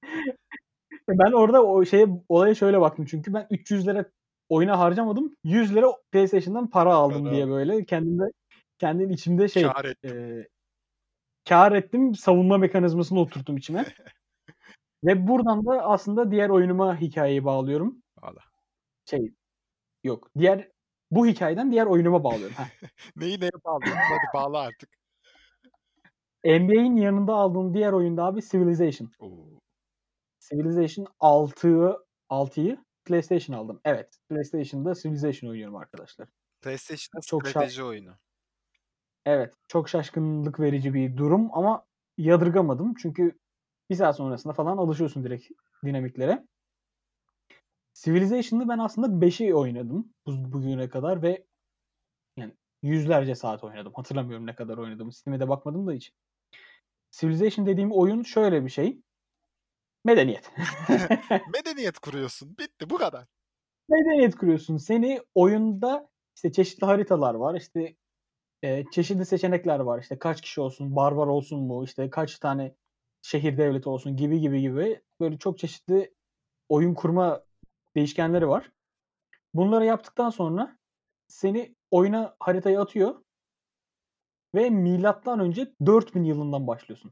Ben orada o şeye olaya şöyle baktım çünkü ben 300 lira oyuna harcamadım. 100 lira PlayStation'dan para aldım Para diye böyle kendim içimde şey, kâr ettim. kâr ettim, savunma mekanizmasını oturttum içime. Ve buradan da aslında diğer oyunuma hikâyeyi bağlıyorum. Valla. Şey, yok, bu hikâyeden diğer oyunuma bağlıyorum. Heh. Neyi neye bağlıyorsun? Hadi bağla artık. NBA'in yanında aldığım diğer oyun da abi Civilization. O! Civilization 6'yı PlayStation aldım. Evet, PlayStation'da Civilization oynuyorum arkadaşlar. PlayStation'da Çok şa strateji oyunu. Evet, çok şaşkınlık verici bir durum ama yadırgamadım. Çünkü bir saat sonrasında falan alışıyorsun direkt dinamiklere. Civilization'ı ben aslında 5'i oynadım bugüne kadar ve yani yüzlerce saat oynadım. Hatırlamıyorum ne kadar oynadım. Steam'e de bakmadım da hiç. Civilization dediğim oyun şöyle bir şey. Medeniyet. Medeniyet kuruyorsun. Bitti, bu kadar. Medeniyet kuruyorsun. Seni oyunda işte çeşitli haritalar var. İşte çeşitli seçenekler var. İşte kaç kişi olsun, barbar olsun mu, işte kaç tane şehir devleti olsun gibi gibi gibi böyle çok çeşitli oyun kurma değişkenleri var. Bunları yaptıktan sonra seni oyuna haritaya atıyor ve milattan önce 4000 yılından başlıyorsun.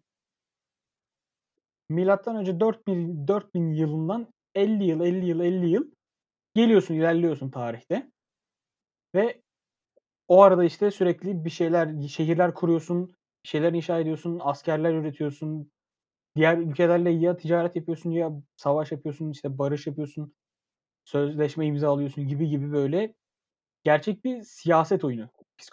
Milattan önce 4000 yılından 50 yıl, 50 yıl, 50 yıl geliyorsun, ilerliyorsun tarihte ve o arada işte sürekli bir şeyler, şehirler kuruyorsun, bir şeyler inşa ediyorsun, askerler üretiyorsun, diğer ülkelerle ya ticaret yapıyorsun ya savaş yapıyorsun, işte barış yapıyorsun, sözleşme imzalıyorsun gibi gibi böyle gerçek bir siyaset oyunu.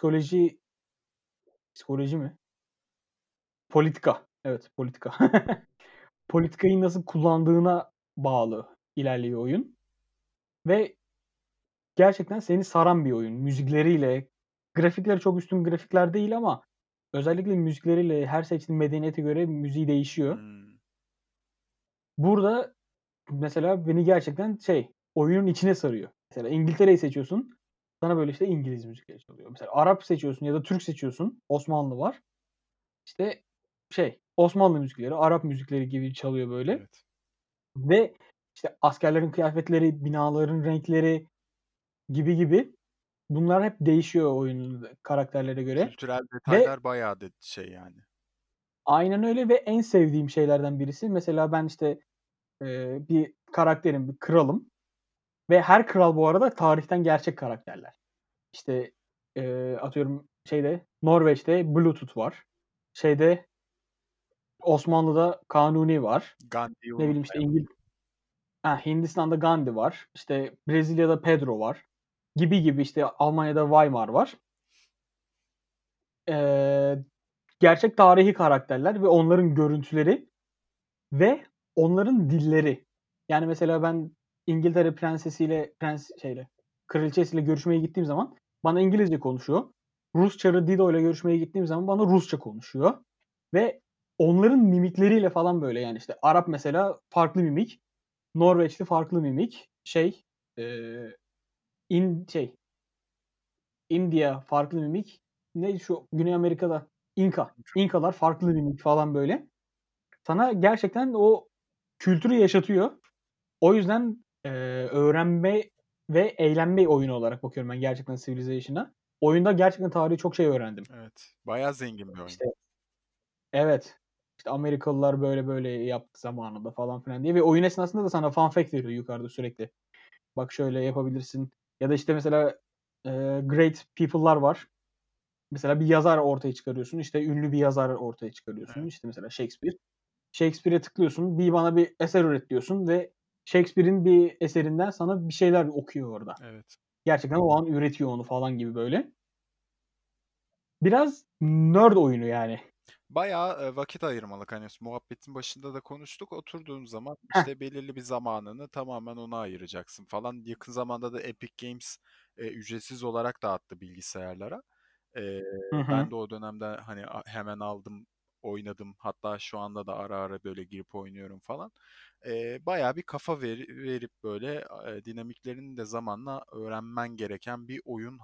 Psikoloji mi? Politika. Evet, politika. Politikayı nasıl kullandığına bağlı ilerliyor oyun ve gerçekten seni saran bir oyun. Müzikleriyle, grafikleri çok üstün grafikler değil ama özellikle müzikleriyle her seçtiğin medeniyete göre müziği değişiyor. Hımm. Burada mesela beni gerçekten şey, oyunun içine sarıyor. Mesela İngiltere'yi seçiyorsun, sana böyle işte İngiliz müzikleri çalıyor. Mesela Arap seçiyorsun ya da Türk seçiyorsun, Osmanlı var. İşte şey, Osmanlı müzikleri, Arap müzikleri gibi çalıyor böyle Evet. ve işte askerlerin kıyafetleri, binaların renkleri gibi gibi bunlar hep değişiyor oyunun karakterlere göre Kültürel ve detaylar bayağı şey yani. aynen öyle ve en sevdiğim şeylerden birisi mesela ben işte, bir karakterim, bir kralım ve her kral bu arada tarihten gerçek karakterler. İşte, atıyorum şeyde, Norveç'te Bluetooth var. Şeyde, Osmanlı'da Kanuni var. Gandhi'yi Ne bileyim, işte, unutmayalım. Hindistan'da Gandhi var. İşte, Brezilya'da Pedro var. gibi gibi, işte, Almanya'da Weimar var. Eee, Gerçek tarihi karakterler ve onların görüntüleri ve onların dilleri. Yani, mesela ben İngiltere kraliçesiyle görüşmeye gittiğim zaman bana İngilizce konuşuyor. Rus çarı Dido ile görüşmeye gittiğim zaman bana Rusça konuşuyor ve onların mimikleriyle falan, böyle, yani, işte, Arap mesela farklı mimik, Norveçli farklı mimik, eee, in şey, India farklı mimik, neydi şu Güney Amerika'da? İnkalar farklı mimik falan, böyle. Sana gerçekten o kültürü yaşatıyor. O yüzden, öğrenme ve eğlenme oyunu olarak bakıyorum ben gerçekten Civilization'a. Oyunda gerçekten tarihi çok şey öğrendim. Evet. Bayağı zengin bir oyun. İşte evet, işte Amerikalılar böyle böyle yaptı zamanında falan filan diye ve oyun esnasında da sana fun fact veriyor yukarıda sürekli. Bak şöyle yapabilirsin ya da işte mesela, great people'lar var. Mesela bir yazar ortaya çıkarıyorsun, işte ünlü bir yazar ortaya çıkarıyorsun. Evet, İşte mesela Shakespeare. Shakespeare'e tıklıyorsun, bana bir eser üret diyorsun ve Shakespeare'in bir eserinden sana bir şeyler okuyor orada. evet. Gerçekten o an üretiyor onu falan gibi böyle. Biraz nerd oyunu yani. Bayağı, vakit ayırmalık. Hani, muhabbetin başında da konuştuk. Oturduğun zaman, Heh. işte, belirli bir zamanını tamamen ona ayıracaksın falan. Yakın zamanda da Epic Games, ücretsiz olarak dağıttı bilgisayarlara. Eee, Hı Ben hı. de o dönemde, hani, hemen aldım, oynadım. Hatta şu anda da ara ara böyle girip oynuyorum falan. Bayağı bir kafa verip böyle, dinamiklerini de zamanla öğrenmen gereken bir oyun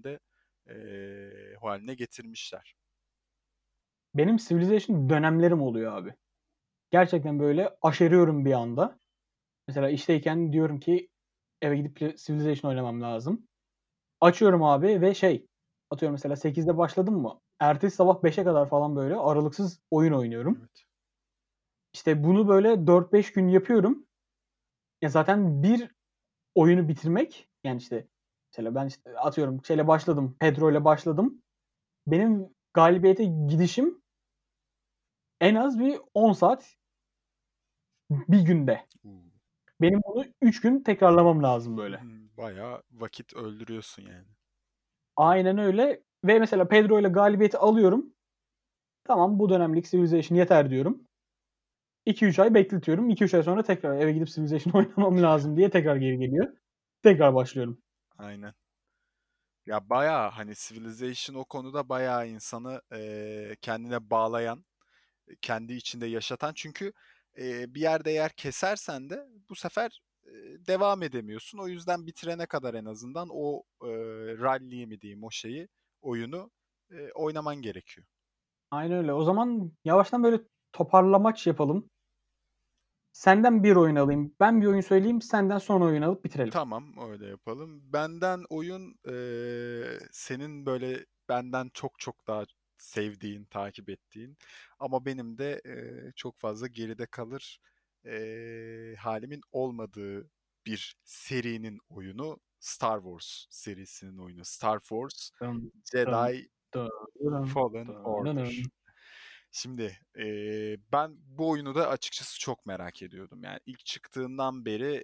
hâline getirmişler. Benim Civilization dönemlerim oluyor abi. Gerçekten böyle aşeriyorum bir anda. Mesela işteyken diyorum ki eve gidip Civilization oynamam lazım. Açıyorum abi ve atıyorum mesela 8'de başladım mı, ertesi sabah 5'e kadar falan böyle aralıksız oyun oynuyorum. Evet. İşte bunu böyle 4-5 gün yapıyorum. Ya, zaten bir oyunu bitirmek, yani, işte, mesela ben, işte, atıyorum başladım, Pedro ile başladım. Benim galibiyete gidişim en az bir 10 saat bir günde. U! Benim bunu 3 gün tekrarlamam lazım Hı böyle. hı. Bayağı vakit öldürüyorsun yani. Aynen öyle ve mesela Pedro ile galibiyeti alıyorum. Tamam, bu dönemlik Civilization yeter diyorum. 2-3 ay bekletiyorum. 2-3 ay sonra tekrar eve gidip Civilization oynamam lazım diye tekrar geri geliyor. Tekrar başlıyorum. Aynen. Ya, bayağı, hani, Civilization o konuda bayağı insanı, kendine bağlayan, kendi içinde yaşatan çünkü, bir yerde eğer kesersen de bu sefer, devam edemiyorsun. O yüzden bitirene kadar en azından o, rally'yi mi diyeyim, o oyunu, oynaman gerekiyor. Aynen öyle. O zaman yavaştan böyle toparlamaç yapalım. Senden bir oyun alayım. Ben bir oyun söyleyeyim. Senden son oyun alıp bitirelim. Tamam, öyle yapalım. Benden oyun, senin böyle benden çok çok daha sevdiğin, takip ettiğin ama benim de, çok fazla geride kalır, hâlimin olmadığı bir serinin oyunu Star Wars serisinin oyunu. Star Wars Dın dın Jedi dırırım, Fallen Order. dırırım. Şimdi, ben bu oyunu da açıkçası çok merak ediyordum. Yani ilk çıktığından beri,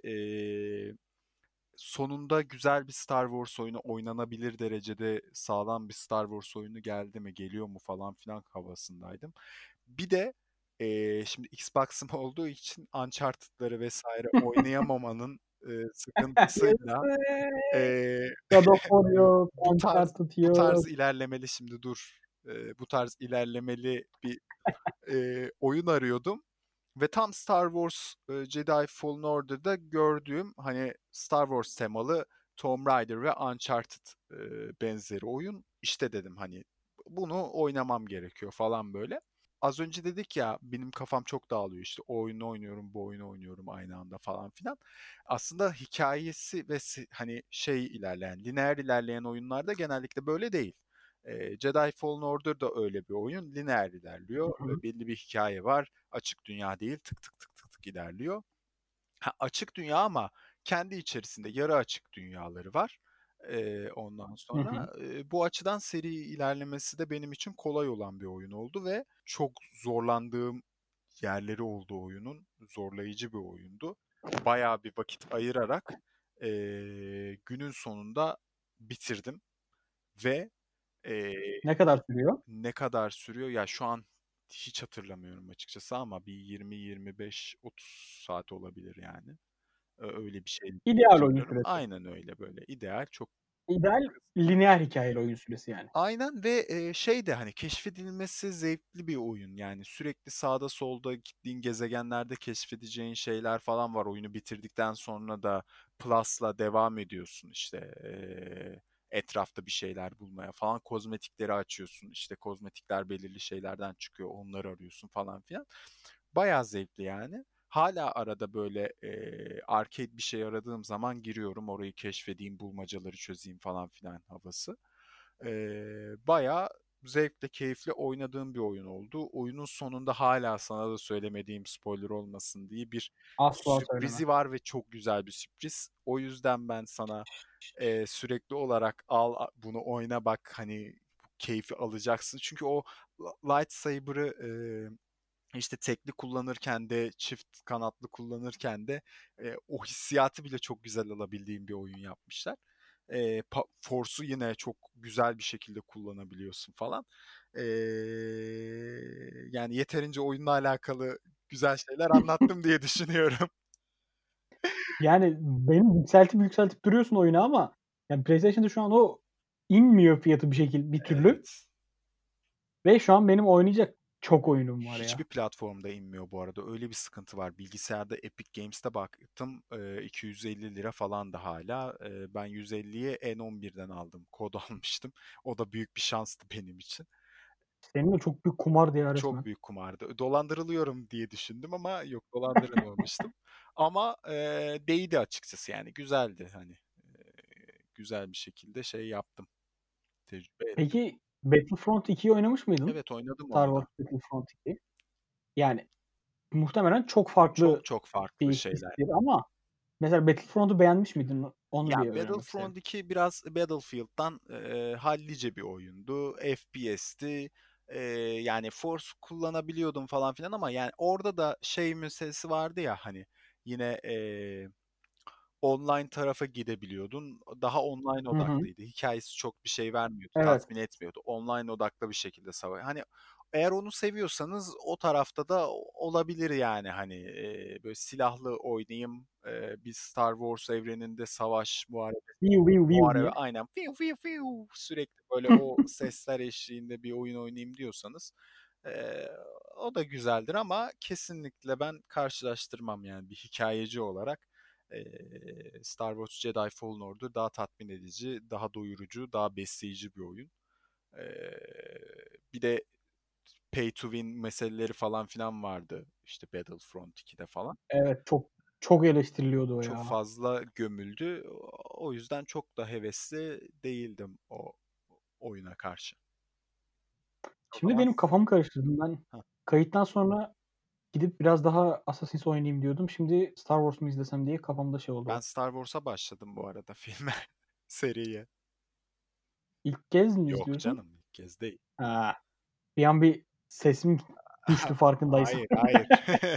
sonunda güzel bir Star Wars oyunu, oynanabilir derecede sağlam bir Star Wars oyunu geldi mi, geliyor mu falan filan havasındaydım. Bir de, şimdi Xbox'ım olduğu için Uncharted'ları vesaire oynayamamanın, sıkıntısıyla, Yes! eee, God of War yok, bu tarz Uncharted bu yok. tarz ilerlemeli şimdi dur, bu tarz ilerlemeli bir, oyun arıyordum. Ve tam Star Wars, Jedi Fallen Order'da gördüğüm, hani, Star Wars temalı Tomb Raider ve Uncharted, benzeri oyun. İşte dedim, hani, bunu oynamam gerekiyor falan böyle. Az önce dedik ya, benim kafam çok dağılıyor, işte, o oyunu oynuyorum, bu oyunu oynuyorum aynı anda falan filan. Aslında hikâyesi ve hani, ilerleyen, lineer ilerleyen oyunlarda genellikle böyle değil. Jedi Fallen Order da öyle bir oyun. Lineer ilerliyor. Hı hı. Belli bir hikâye var. Açık dünya değil, tık tık tık tık tık ilerliyor. Ha, açık dünya ama kendi içerisinde yarı açık dünyaları var. Ondan Hı hı. sonra, bu açıdan seri ilerlemesi de benim için kolay olan bir oyun oldu ve çok zorlandığım yerleri oldu oyunun. Zorlayıcı bir oyundu. Bayağı bir vakit ayırarak, günün sonunda bitirdim ve, eee, Ne kadar sürüyor? ne kadar sürüyor? Ya, şu an hiç hatırlamıyorum açıkçası ama bir 20-25-30 saat olabilir yani. Öyle bir şey diye İdeal oyun hatırlıyorum. süresi. Aynen öyle, böyle ideal, çok İdeal lineer hikâyeli oyun süresi yani. aynen ve, şey de, hani, keşfedilmesi zevkli bir oyun. Yani sürekli sağda solda gittiğin gezegenlerde keşfedeceğin şeyler falan var. Oyunu bitirdikten sonra da Plus'la devam ediyorsun, işte, etrafta bir şeyler bulmaya falan. Kozmetikleri açıyorsun, işte, kozmetikler belirli şeylerden çıkıyor, onları arıyorsun falan filan. Bayağı zevkli yani. Hâlâ arada böyle, arcade bir şey aradığım zaman giriyorum, orayı keşfedeyim, bulmacaları çözeyim falan filan havası. Bayağı zevkle, keyifle oynadığım bir oyun oldu. Oyunun sonunda hâlâ sana da söylemediğim, spoiler olmasın diye, bir Asla söyleme. sürprizi var ve çok güzel bir sürpriz. O yüzden ben sana, sürekli olarak "Al, bunu oyna bak, hani, bu keyfi alacaksın." Çünkü o lightsaber'ı, işte tekli kullanırken de, çift kanatlı kullanırken de, o hissiyatı bile çok güzel alabildiğin bir oyun yapmışlar. Force'u yine çok güzel bir şekilde kullanabiliyorsun falan. Yani yeterince oyunla alakalı güzel şeyler anlattım diye düşünüyorum. Yani beni yükseltip duruyorsun oyuna ama yani PlayStation'da şu an o inmiyor fiyatı bir türlü Evet. ve şu an benim oynayacak çok oyunum var Hiçbir ya. platformda inmiyor bu arada. Öyle bir sıkıntı var. Bilgisayarda Epic Games'te baktım, 250 lira falandı hâlâ. Ben 150'ye N11'den aldım. Kod almıştım. O da büyük bir şanstı benim için. Senin de çok büyük kumardı ya Çok resmen. büyük kumardı. Dolandırılıyorum diye düşündüm ama yok, dolandırılmamıştım. Ama, değdi açıkçası yani güzeldi hani. Güzel bir şekilde şey yaptım, tecrübe ettim. Peki Battlefront 2'yi oynamış mıydın? Evet, oynadım Star onu Wars da. Battlefront 2. Yani muhtemelen çok farklı Çok çok farklı bir şeyler. histir ama mesela Battlefront'u beğenmiş miydin? Onu Ya, bir öğrenmek isterim. Battlefront 2 biraz Battlefield'dan, hallice bir oyundu. FPS'ti. Yani Force kullanabiliyordum falan filan ama yani orada da şey meselesi vardı ya, hani, yine, online tarafa gidebiliyordun. Daha online Hı hı. odaklıydı. Hikâyesi çok bir şey vermiyordu, Evet. tatmin etmiyordu. Online odaklı bir şekilde hani, eğer onu seviyorsanız o tarafta da olabilir yani, hani, böyle silahlı oynayayım, bir Star Wars evreninde savaş, Viu viu viu muharebe diye. aynen fiu fiu fiu sürekli böyle o sesler eşliğinde bir oyun oynayayım diyorsanız, eee, o da güzeldir ama kesinlikle ben karşılaştırmam yani bir hikâyeci olarak. Star Wars Jedi Fallen Order daha tatmin edici, daha doyurucu, daha besleyici bir oyun. Eee, Bir de pay to win meseleleri falan filan vardı işte Battlefront 2'de falan. Evet, çok eleştiriliyordu o Çok ya. fazla gömüldü. O yüzden çok da hevesli değildim o oyuna karşı. O Şimdi zaman benim kafamı karıştırdın. Ben hah, kayıttan sonra gidip biraz daha Assassin's oynayayım diyordum. Şimdi Star Wars mu izlesem diye kafamda şey ben oldu. Star Wars'a başladım bu arada filme, seriye. İlk kez mi Yok izliyorsun? canım, ilk kez değil. Ha, bir an bir sesim düştü farkındaysan. Hayır, hayır.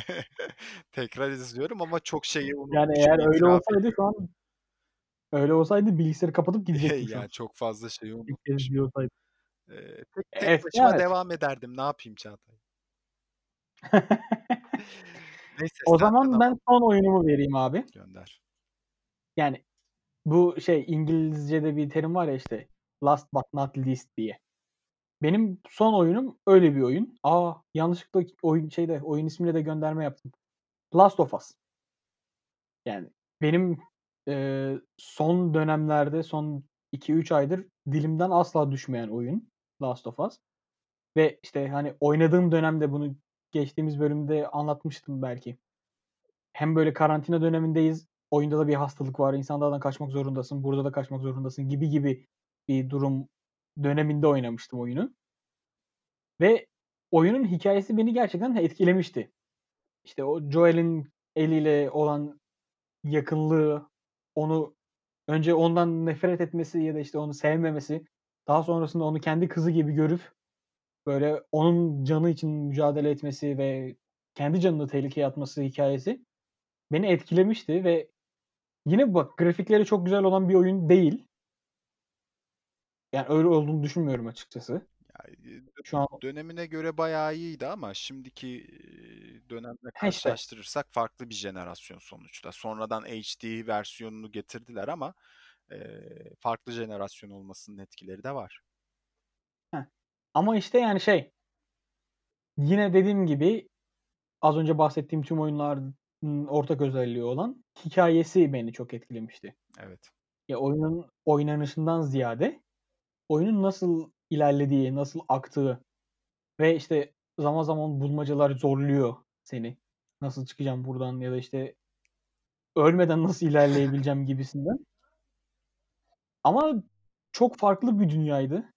Tekrar izliyorum ama çok şeyi Yani unutmuşum, eğer öyle itiraf olsaydı edeyim. şu an öyle olsaydı bilgisayarı kapatıp gidecektim şu an. Yani çok fazla şeyi İlk kez unutmuşum. izliyor olsaydım. Tek başıma Evet. devam ederdim. Ne yapayım Çağatay? Neyse O senden zaman ben alalım. son oyunumu vereyim abi. Gönder. Yani bu şey İngilizce'de bir terim var ya işte last but not least diye. Benim son oyunum öyle bir oyun. Yanlışlıkla oyun ismiyle de gönderme yaptım. Last of Us. Yani benim, son dönemlerde son 2-3 aydır dilimden asla düşmeyen oyun Last of Us ve, işte, hani, oynadığım dönemde bunu geçtiğimiz bölümde anlatmıştım belki. Hem böyle karantina dönemindeyiz, oyunda da bir hastalık var, insanlardan kaçmak zorundasın, burada da kaçmak zorundasın gibi gibi bir durum döneminde oynamıştım oyunu ve oyunun hikâyesi beni gerçekten etkilemişti. İşte, o Joel'in Ellie'yle olan yakınlığı, onu önce ondan nefret etmesi ya da, işte, onu sevmemesi, daha sonrasında onu kendi kızı gibi görüp, böyle, onun canı için mücadele etmesi ve kendi canını tehlikeye atması hikâyesi beni etkilemişti ve yine bak grafikleri çok güzel olan bir oyun değil Yani öyle olduğunu düşünmüyorum açıkçası. Ya, Şu an dönemine göre bayağı iyiydi ama şimdiki dönemle he, işte. karşılaştırırsak farklı bir jenerasyon sonuçta. Sonradan HD versiyonunu getirdiler ama farklı jenerasyon olmasının etkileri de var. Heh. Ama işte yani şey, yine dediğim gibi az önce bahsettiğim tüm oyunların ortak özelliği olan hikâyesi beni çok etkilemişti. Evet. Ya, oyunun oynanışından ziyade oyunun nasıl ilerlediği, nasıl aktığı ve, işte, zaman zaman bulmacalar zorluyor seni. Nasıl çıkacağım buradan ya da, işte, ölmeden nasıl ilerleyebileceğim gibisinden. Ama çok farklı bir dünyaydı.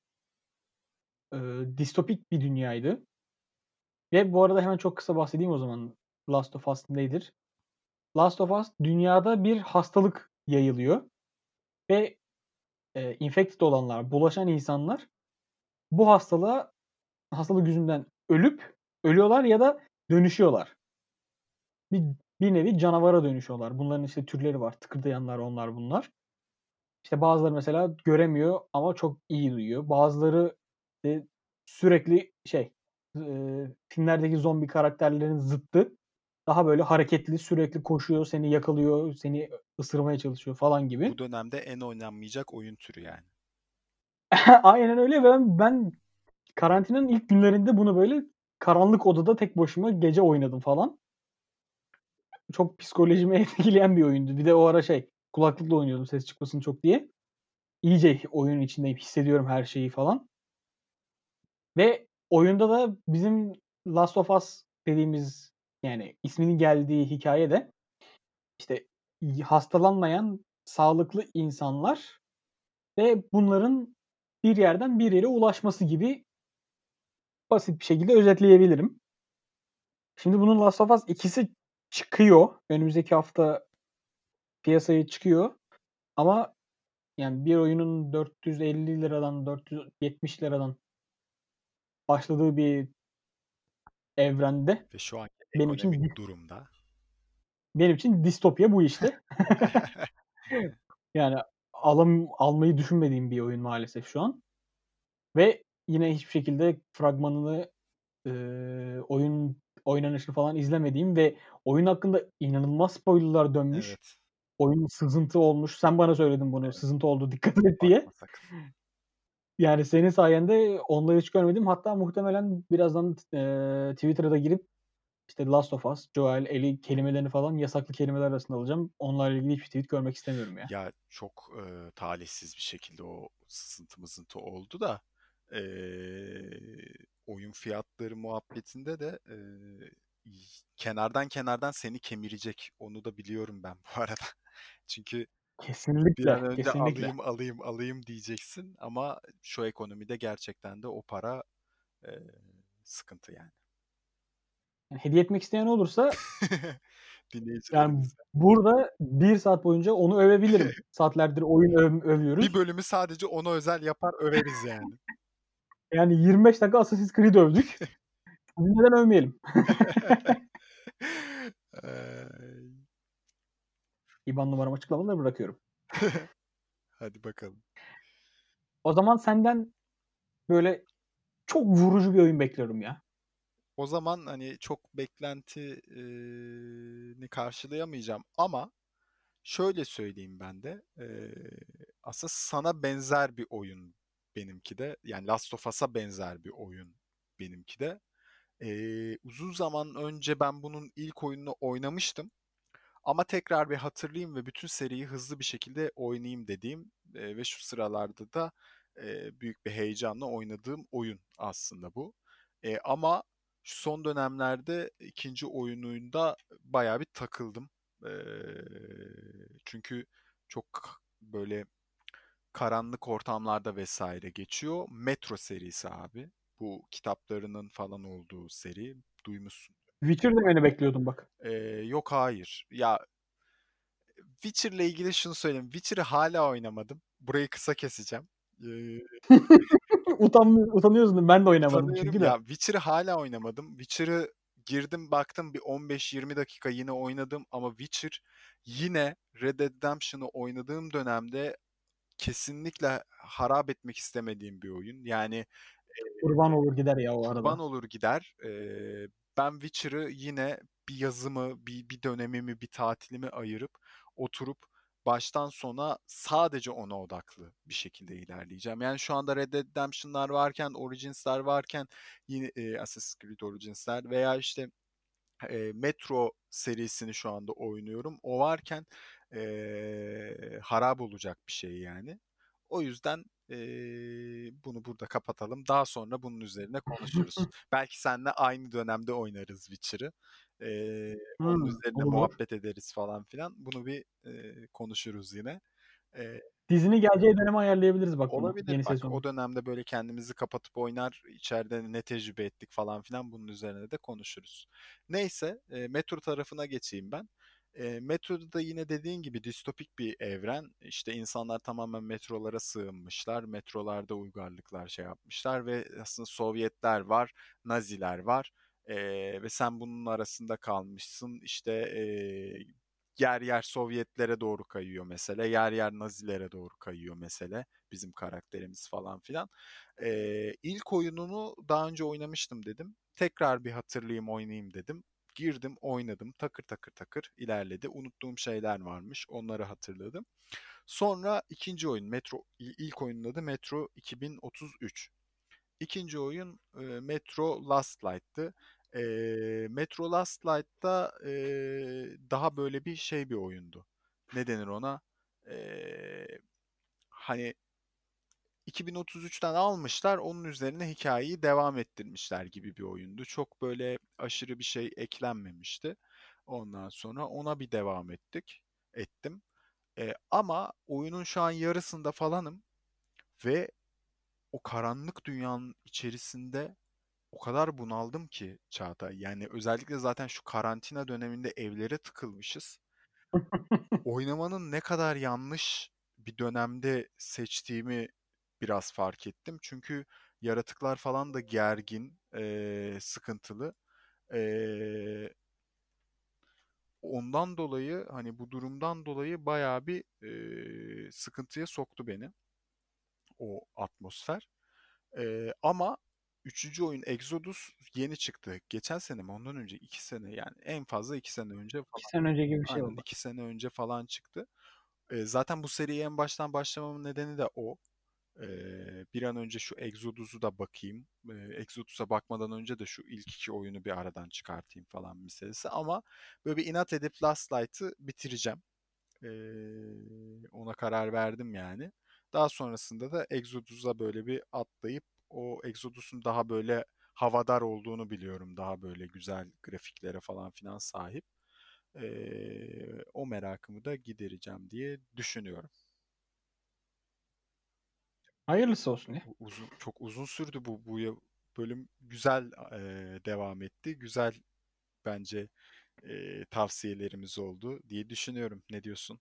Distopik bir dünyaydı ve bu arada hemen çok kısa bahsedeyim o zaman Last of Us nedir? Last of Us dünyada bir hastalık yayılıyor ve, infected olanlar, bulaşan insanlar bu hastalık yüzünden ölüyorlar ya da dönüşüyorlar. Bir bir nevi canavara dönüşüyorlar. Bunların, işte, türleri var. Tıkırdayanlar, onlar bunlar. İşte, bazıları mesela göremiyor ama çok iyi duyuyor. Bazıları, sürekli şey, filmlerdeki zombi karakterlerin zıttı. Daha böyle hareketli, sürekli koşuyor, seni yakalıyor, seni ısırmaya çalışıyor falan Bu gibi. dönemde en oynanmayacak oyun türü yani. Aynen öyle ve ben karantinanın ilk günlerinde bunu böyle karanlık odada tek başıma gece oynadım falan. Çok psikolojimi etkileyen bir oyundu. Bir de o ara şey, kulaklıkla oynuyordum ses çıkmasın çok diye. İyice oyunun içindeyim, hissediyorum her şeyi falan ve oyunda da bizim Last of Us dediğimiz, yani isminin geldiği hikâye de, işte, hastalanmayan sağlıklı insanlar ve bunların bir yerden bir yere ulaşması gibi basit bir şekilde özetleyebilirim. Şimdi bunun Last of Us 2'si çıkıyor. Önümüzdeki hafta piyasaya çıkıyor ama yani bir oyunun $450'dan $470'dan başladığı bir evrende Ve şu anki benim için ekonomik durumda. benim için distopya bu işte. Yani almayı düşünmediğim bir oyun maalesef şu an ve yine hiçbir şekilde fragmanını, oyun oynanışını falan izlemediğim ve oyun hakkında inanılmaz spoiler'lar dönmüş. Evet. Oyun sızıntı olmuş. Sen bana söyledin bunu, Evet. sızıntı oldu dikkat et Bakma diye. sakın. Yani senin sayende onları hiç görmedim. Hatta muhtemelen birazdan, Twitter'a girip, işte, Last of Us, Joel, Ellie kelimelerini falan yasaklı kelimeler arasında alacağım. Onlarla ilgili hiçbir tweet görmek istemiyorum ya. Ya çok talihsiz bir şekilde o sızıntı mızıntı oldu da oyun fiyatları muhabbetinde de kenardan seni kemirecek. Onu da biliyorum ben bu arada. Çünkü bir an Kesinlikle, önce kesinlikle. alayım diyeceksin ama şu ekonomide gerçekten de o para eee, sıkıntı yani. Yani hediye etmek isteyen olursa, yani, Dinleyicilerimiz. burada 1 saat boyunca onu övebilirim. Saatlerdir oyun Bir övüyoruz. bölümü sadece ona özel yapar överiz yani. Yani 25 dakika Assassin's Creed övdük. Bugün neden övmeyelim? Ay. IBAN numaramı açıklamada bırakıyorum. Hadi bakalım. O zaman senden böyle çok vurucu bir oyun bekliyorum ya. O zaman hani çok beklentini karşılayamayacağım ama şöyle söyleyeyim ben de. Aslında sana benzer bir oyun benimki de. Yani Last of Us'a benzer bir oyun benimki de. Uzun zaman önce ben bunun ilk oyununu oynamıştım. Ama tekrar bir hatırlayayım ve bütün seriyi hızlı bir şekilde oynayayım dediğim ve şu sıralarda da büyük bir heyecanla oynadığım oyun aslında bu. Ama şu son dönemlerde ikinci oyununda bayağı bir takıldım. E, Çünkü çok böyle karanlık ortamlarda vesaire geçiyor. Metro serisi abi. Bu kitaplarının falan olduğu seri. Duymuşsun. Witcher demeni bekliyordum bak. Yok hayır. Ya Witcher'la ilgili şunu söyleyeyim. Witcher'ı hala oynamadım. Burayı kısa keseceğim. Ee, Utanıyorsun ben de oynamadım utanıyorum çünkü ya. de. Witcher'ı hala oynamadım. Witcher'ı girdim baktım bir 15-20 dakika yine oynadım ama Witcher yine Red Dead Redemption'ı oynadığım dönemde kesinlikle harap etmek istemediğim bir oyun. Yani Kurban olur gider ya o kurban arada. olur gider. Ben Witcher'ı yine bir yazımı, bir dönemimi, bir tatilimi ayırıp oturup baştan sona sadece ona odaklı bir şekilde ilerleyeceğim. Yani şu anda Red Dead Redemption'lar varken, Origins'ler varken, yine Assassin's Creed Origins'ler veya işte Metro serisini şu anda oynuyorum. O varken harap olacak bir şey yani. O yüzden bunu burada kapatalım. Daha sonra bunun üzerine konuşuruz. Belki seninle aynı dönemde oynarız Witcher'ı. Onun üzerine Olur. muhabbet ederiz falan filan. Bunu bir konuşuruz yine. Eee Dizinin geleceği dönemi ayarlayabiliriz bak bunu, Olabilir yeni bak. O sezonu. dönemde böyle kendimizi kapatıp oynar, içeride ne tecrübe ettik falan filan bunun üzerine de konuşuruz. Neyse, Metro tarafına geçeyim ben. Metro'da da yine dediğin gibi distopik bir evren. İşte insanlar tamamen metrolara sığınmışlar. Metrolarda uygarlıklar şey yapmışlar ve aslında Sovyetler var, Naziler var. Ve sen bunun arasında kalmışsın. İşte yer yer Sovyetlere doğru kayıyor mesele, yer yer Nazilere doğru kayıyor mesele bizim karakterimiz falan filan. İlk oyununu daha önce oynamıştım dedim. Tekrar bir hatırlayayım oynayayım dedim. Girdim, oynadım. Takır takır takır ilerledi. Unuttuğum şeyler varmış. Onları hatırladım. Sonra ikinci oyun Metro ilk oyunun adı Metro 2033. İkinci oyun Metro Last Light'tı. Metro Last Light'ta daha böyle bir şey bir oyundu. Ne denir ona? Hani 2033'ten almışlar, onun üzerine hikayeyi devam ettirmişler gibi bir oyundu. Çok böyle aşırı bir şey eklenmemişti. Ondan sonra ona bir devam ettim. Ama oyunun şu an yarısında falanım ve o karanlık dünyanın içerisinde o kadar bunaldım ki Çağatay. Yani özellikle zaten şu karantina döneminde evlere tıkılmışız. Oynamanın ne kadar yanlış bir dönemde seçtiğimi biraz fark ettim. Çünkü yaratıklar falan da gergin, sıkıntılı. Eee, Ondan dolayı hani bu durumdan dolayı bayağı bir sıkıntıya soktu beni o atmosfer. Ama üçüncü oyun Exodus yeni çıktı. Geçen sene mi ondan önce 2 sene yani en fazla 2 sene önce 2 falan. sene önce gibi bir şey Aynen oldu. 2 sene önce falan çıktı. Zaten bu seriye en baştan başlamamın nedeni de o. Bir an önce şu Exodus'u da bakayım. Exodus'a bakmadan önce de şu ilk iki oyunu bir aradan çıkartayım falan meselesi. Ama böyle bir inat edip Last Light'ı bitireceğim. Ona karar verdim yani. Daha sonrasında da Exodus'a böyle bir atlayıp o Exodus'un daha böyle havadar olduğunu biliyorum. Daha böyle güzel grafiklere falan filan sahip. O merakımı da gidereceğim diye düşünüyorum. Hayırlısı olsun ya. Çok uzun sürdü bölüm güzel devam etti. Güzel bence tavsiyelerimiz oldu diye düşünüyorum. Ne diyorsun?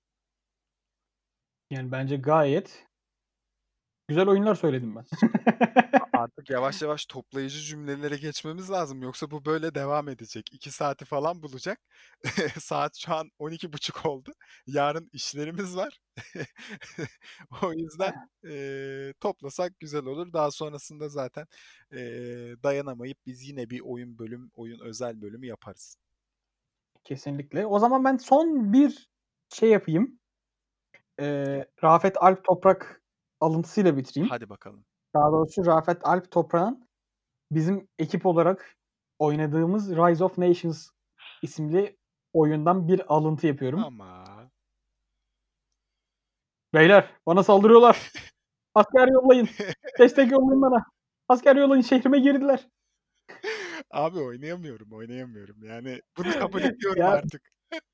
Yani bence gayet güzel oyunlar söyledim ben. Artık yavaş yavaş toplayıcı cümlelere geçmemiz lazım. Yoksa bu böyle devam edecek. 2 saati falan bulacak. Saat şu an 12:30 oldu. Yarın işlerimiz var. O yüzden toplasak güzel olur. Daha sonrasında zaten dayanamayıp biz yine bir oyun özel bölümü yaparız. Kesinlikle. O zaman ben son bir şey yapayım. Rafet Alp Toprak alıntısıyla bitireyim. Hadi bakalım. Daha doğrusu Rafet Alp Toprak'ın bizim ekip olarak oynadığımız Rise of Nations isimli oyundan bir alıntı yapıyorum. Ama Beyler bana saldırıyorlar. Asker yollayın. Destek yollayın bana. Asker yollayın şehrime girdiler. abi oynayamıyorum. Yani bunu kabul ediyorum Ya artık.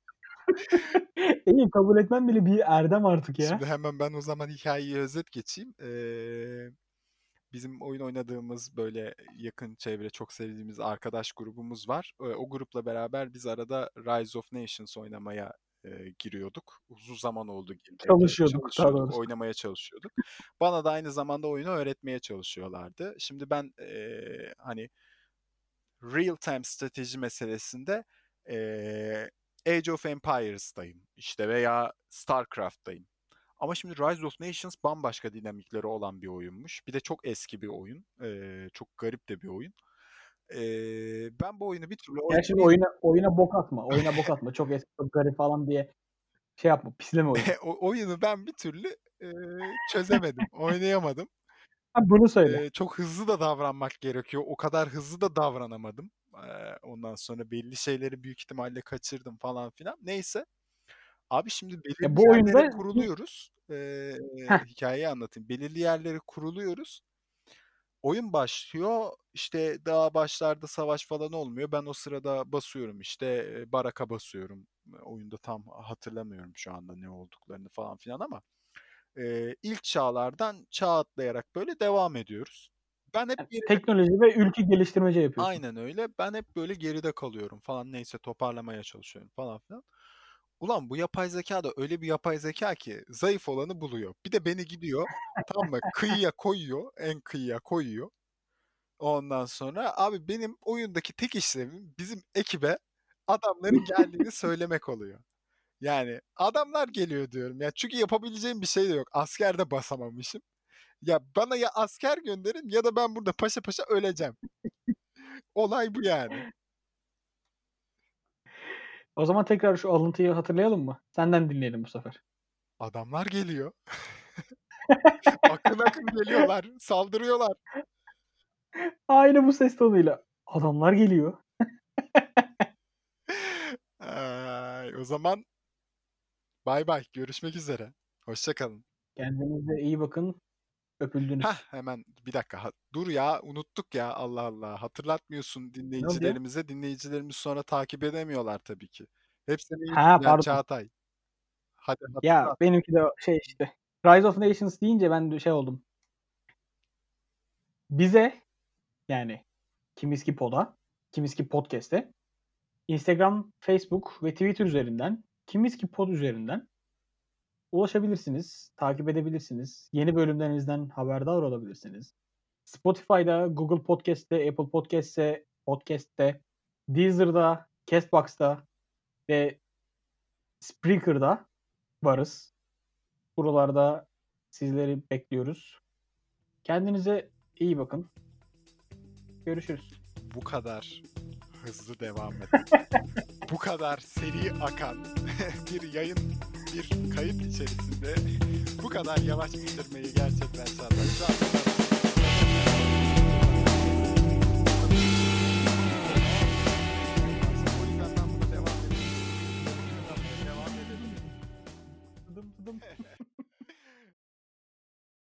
iyi kabul etmem bile bir erdem artık Şimdi ya. hemen ben o zaman hikayeyi özet geçeyim. Bizim oyun oynadığımız böyle yakın çevre çok sevdiğimiz arkadaş grubumuz var. O grupla beraber biz arada Rise of Nations oynamaya giriyorduk. Uzun zaman oldu girmeyeli. Çalışıyorduk daha Çalışıyorduk, doğrusu. oynamaya çalışıyorduk. Bana da aynı zamanda oyunu öğretmeye çalışıyorlardı. Şimdi ben hani real time strateji meselesinde Age of Empires'tayım işte veya StarCraft'tayım. Ama şimdi Rise of Nations bambaşka dinamikleri olan bir oyunmuş. Bir de çok eski bir oyun. Çok garip de bir oyun. Ben bu oyunu bir türlü Ya şimdi oyuna bok atma. Oyuna bok atma. Çok eski, çok garip falan diye şey yapma. Pisleme oyunu. oyunu ben bir türlü çözemedim, oynayamadım. Ha, bunu söyle. Çok hızlı da davranmak gerekiyor. O kadar hızlı da davranamadım. Ondan sonra belli şeyleri büyük ihtimalle kaçırdım falan filan. Neyse. Abi şimdi Ya belirli bu oyunda yerlere kuruluyoruz. heh, Hikayeyi anlatayım. Belirli yerlere kuruluyoruz. Oyun başlıyor. İşte daha başlarda savaş falan olmuyor. Ben o sırada basıyorum işte baraka basıyorum. Oyunda tam hatırlamıyorum şu anda ne olduklarını falan filan ama ilk çağlardan çağ atlayarak böyle devam ediyoruz. Ben hep geride teknoloji ve ülke geliştirmece yapıyorsun. aynen öyle. Ben hep böyle geride kalıyorum falan neyse toparlamaya çalışıyorum falan filan. Ulan bu yapay zeka da öyle bir yapay zeka ki zayıf olanı buluyor. Bir de beni gidiyor tamam mı kıyıya koyuyor en kıyıya koyuyor. Ondan sonra abi benim oyundaki tek işlevim bizim ekibe adamların geldiğini söylemek oluyor. Yani adamlar geliyor diyorum ya çünkü yapabileceğim bir şey de yok. Asker de basamamışım. Ya bana ya asker gönderin ya da ben burada paşa paşa öleceğim. Olay bu yani. O zaman tekrar şu alıntıyı hatırlayalım mı? Senden dinleyelim bu sefer. Adamlar geliyor. Akın akın geliyorlar. Saldırıyorlar. Aynı bu ses tonuyla. Adamlar geliyor. Ay, o zaman bay bay. Görüşmek üzere. Hoşça kalın. Kendinize iyi bakın. Hah Öpüldünüz. hemen bir dakika. Dur ya unuttuk ya Allah Allah. Hatırlatmıyorsun Ne oldu ya? dinleyicilerimize. Dinleyicilerimiz sonra takip edemiyorlar tabii ki. Hep senin Ha, yüzünden pardon. Çağatay. Hadi Ya hatırlat. benimki de şey işte. Rise of Nations deyince ben de şey oldum. Bize yani Kimiski Pod'a, Kimiski Podcast'e Instagram, Facebook ve Twitter üzerinden Kimiski Pod üzerinden ulaşabilirsiniz, takip edebilirsiniz. Yeni bölümlerimizden haberdar olabilirsiniz. Spotify'da, Google Podcast'te, Apple Podcast'te, Deezer'da, Castbox'ta ve Spreaker'da varız. Buralarda sizleri bekliyoruz. Kendinize iyi bakın. Görüşürüz. Bu kadar hızlı devam eden, bu kadar seri akan bir yayın, bir kayıt içerisinde bu kadar yavaş bitirmeyi gerçekten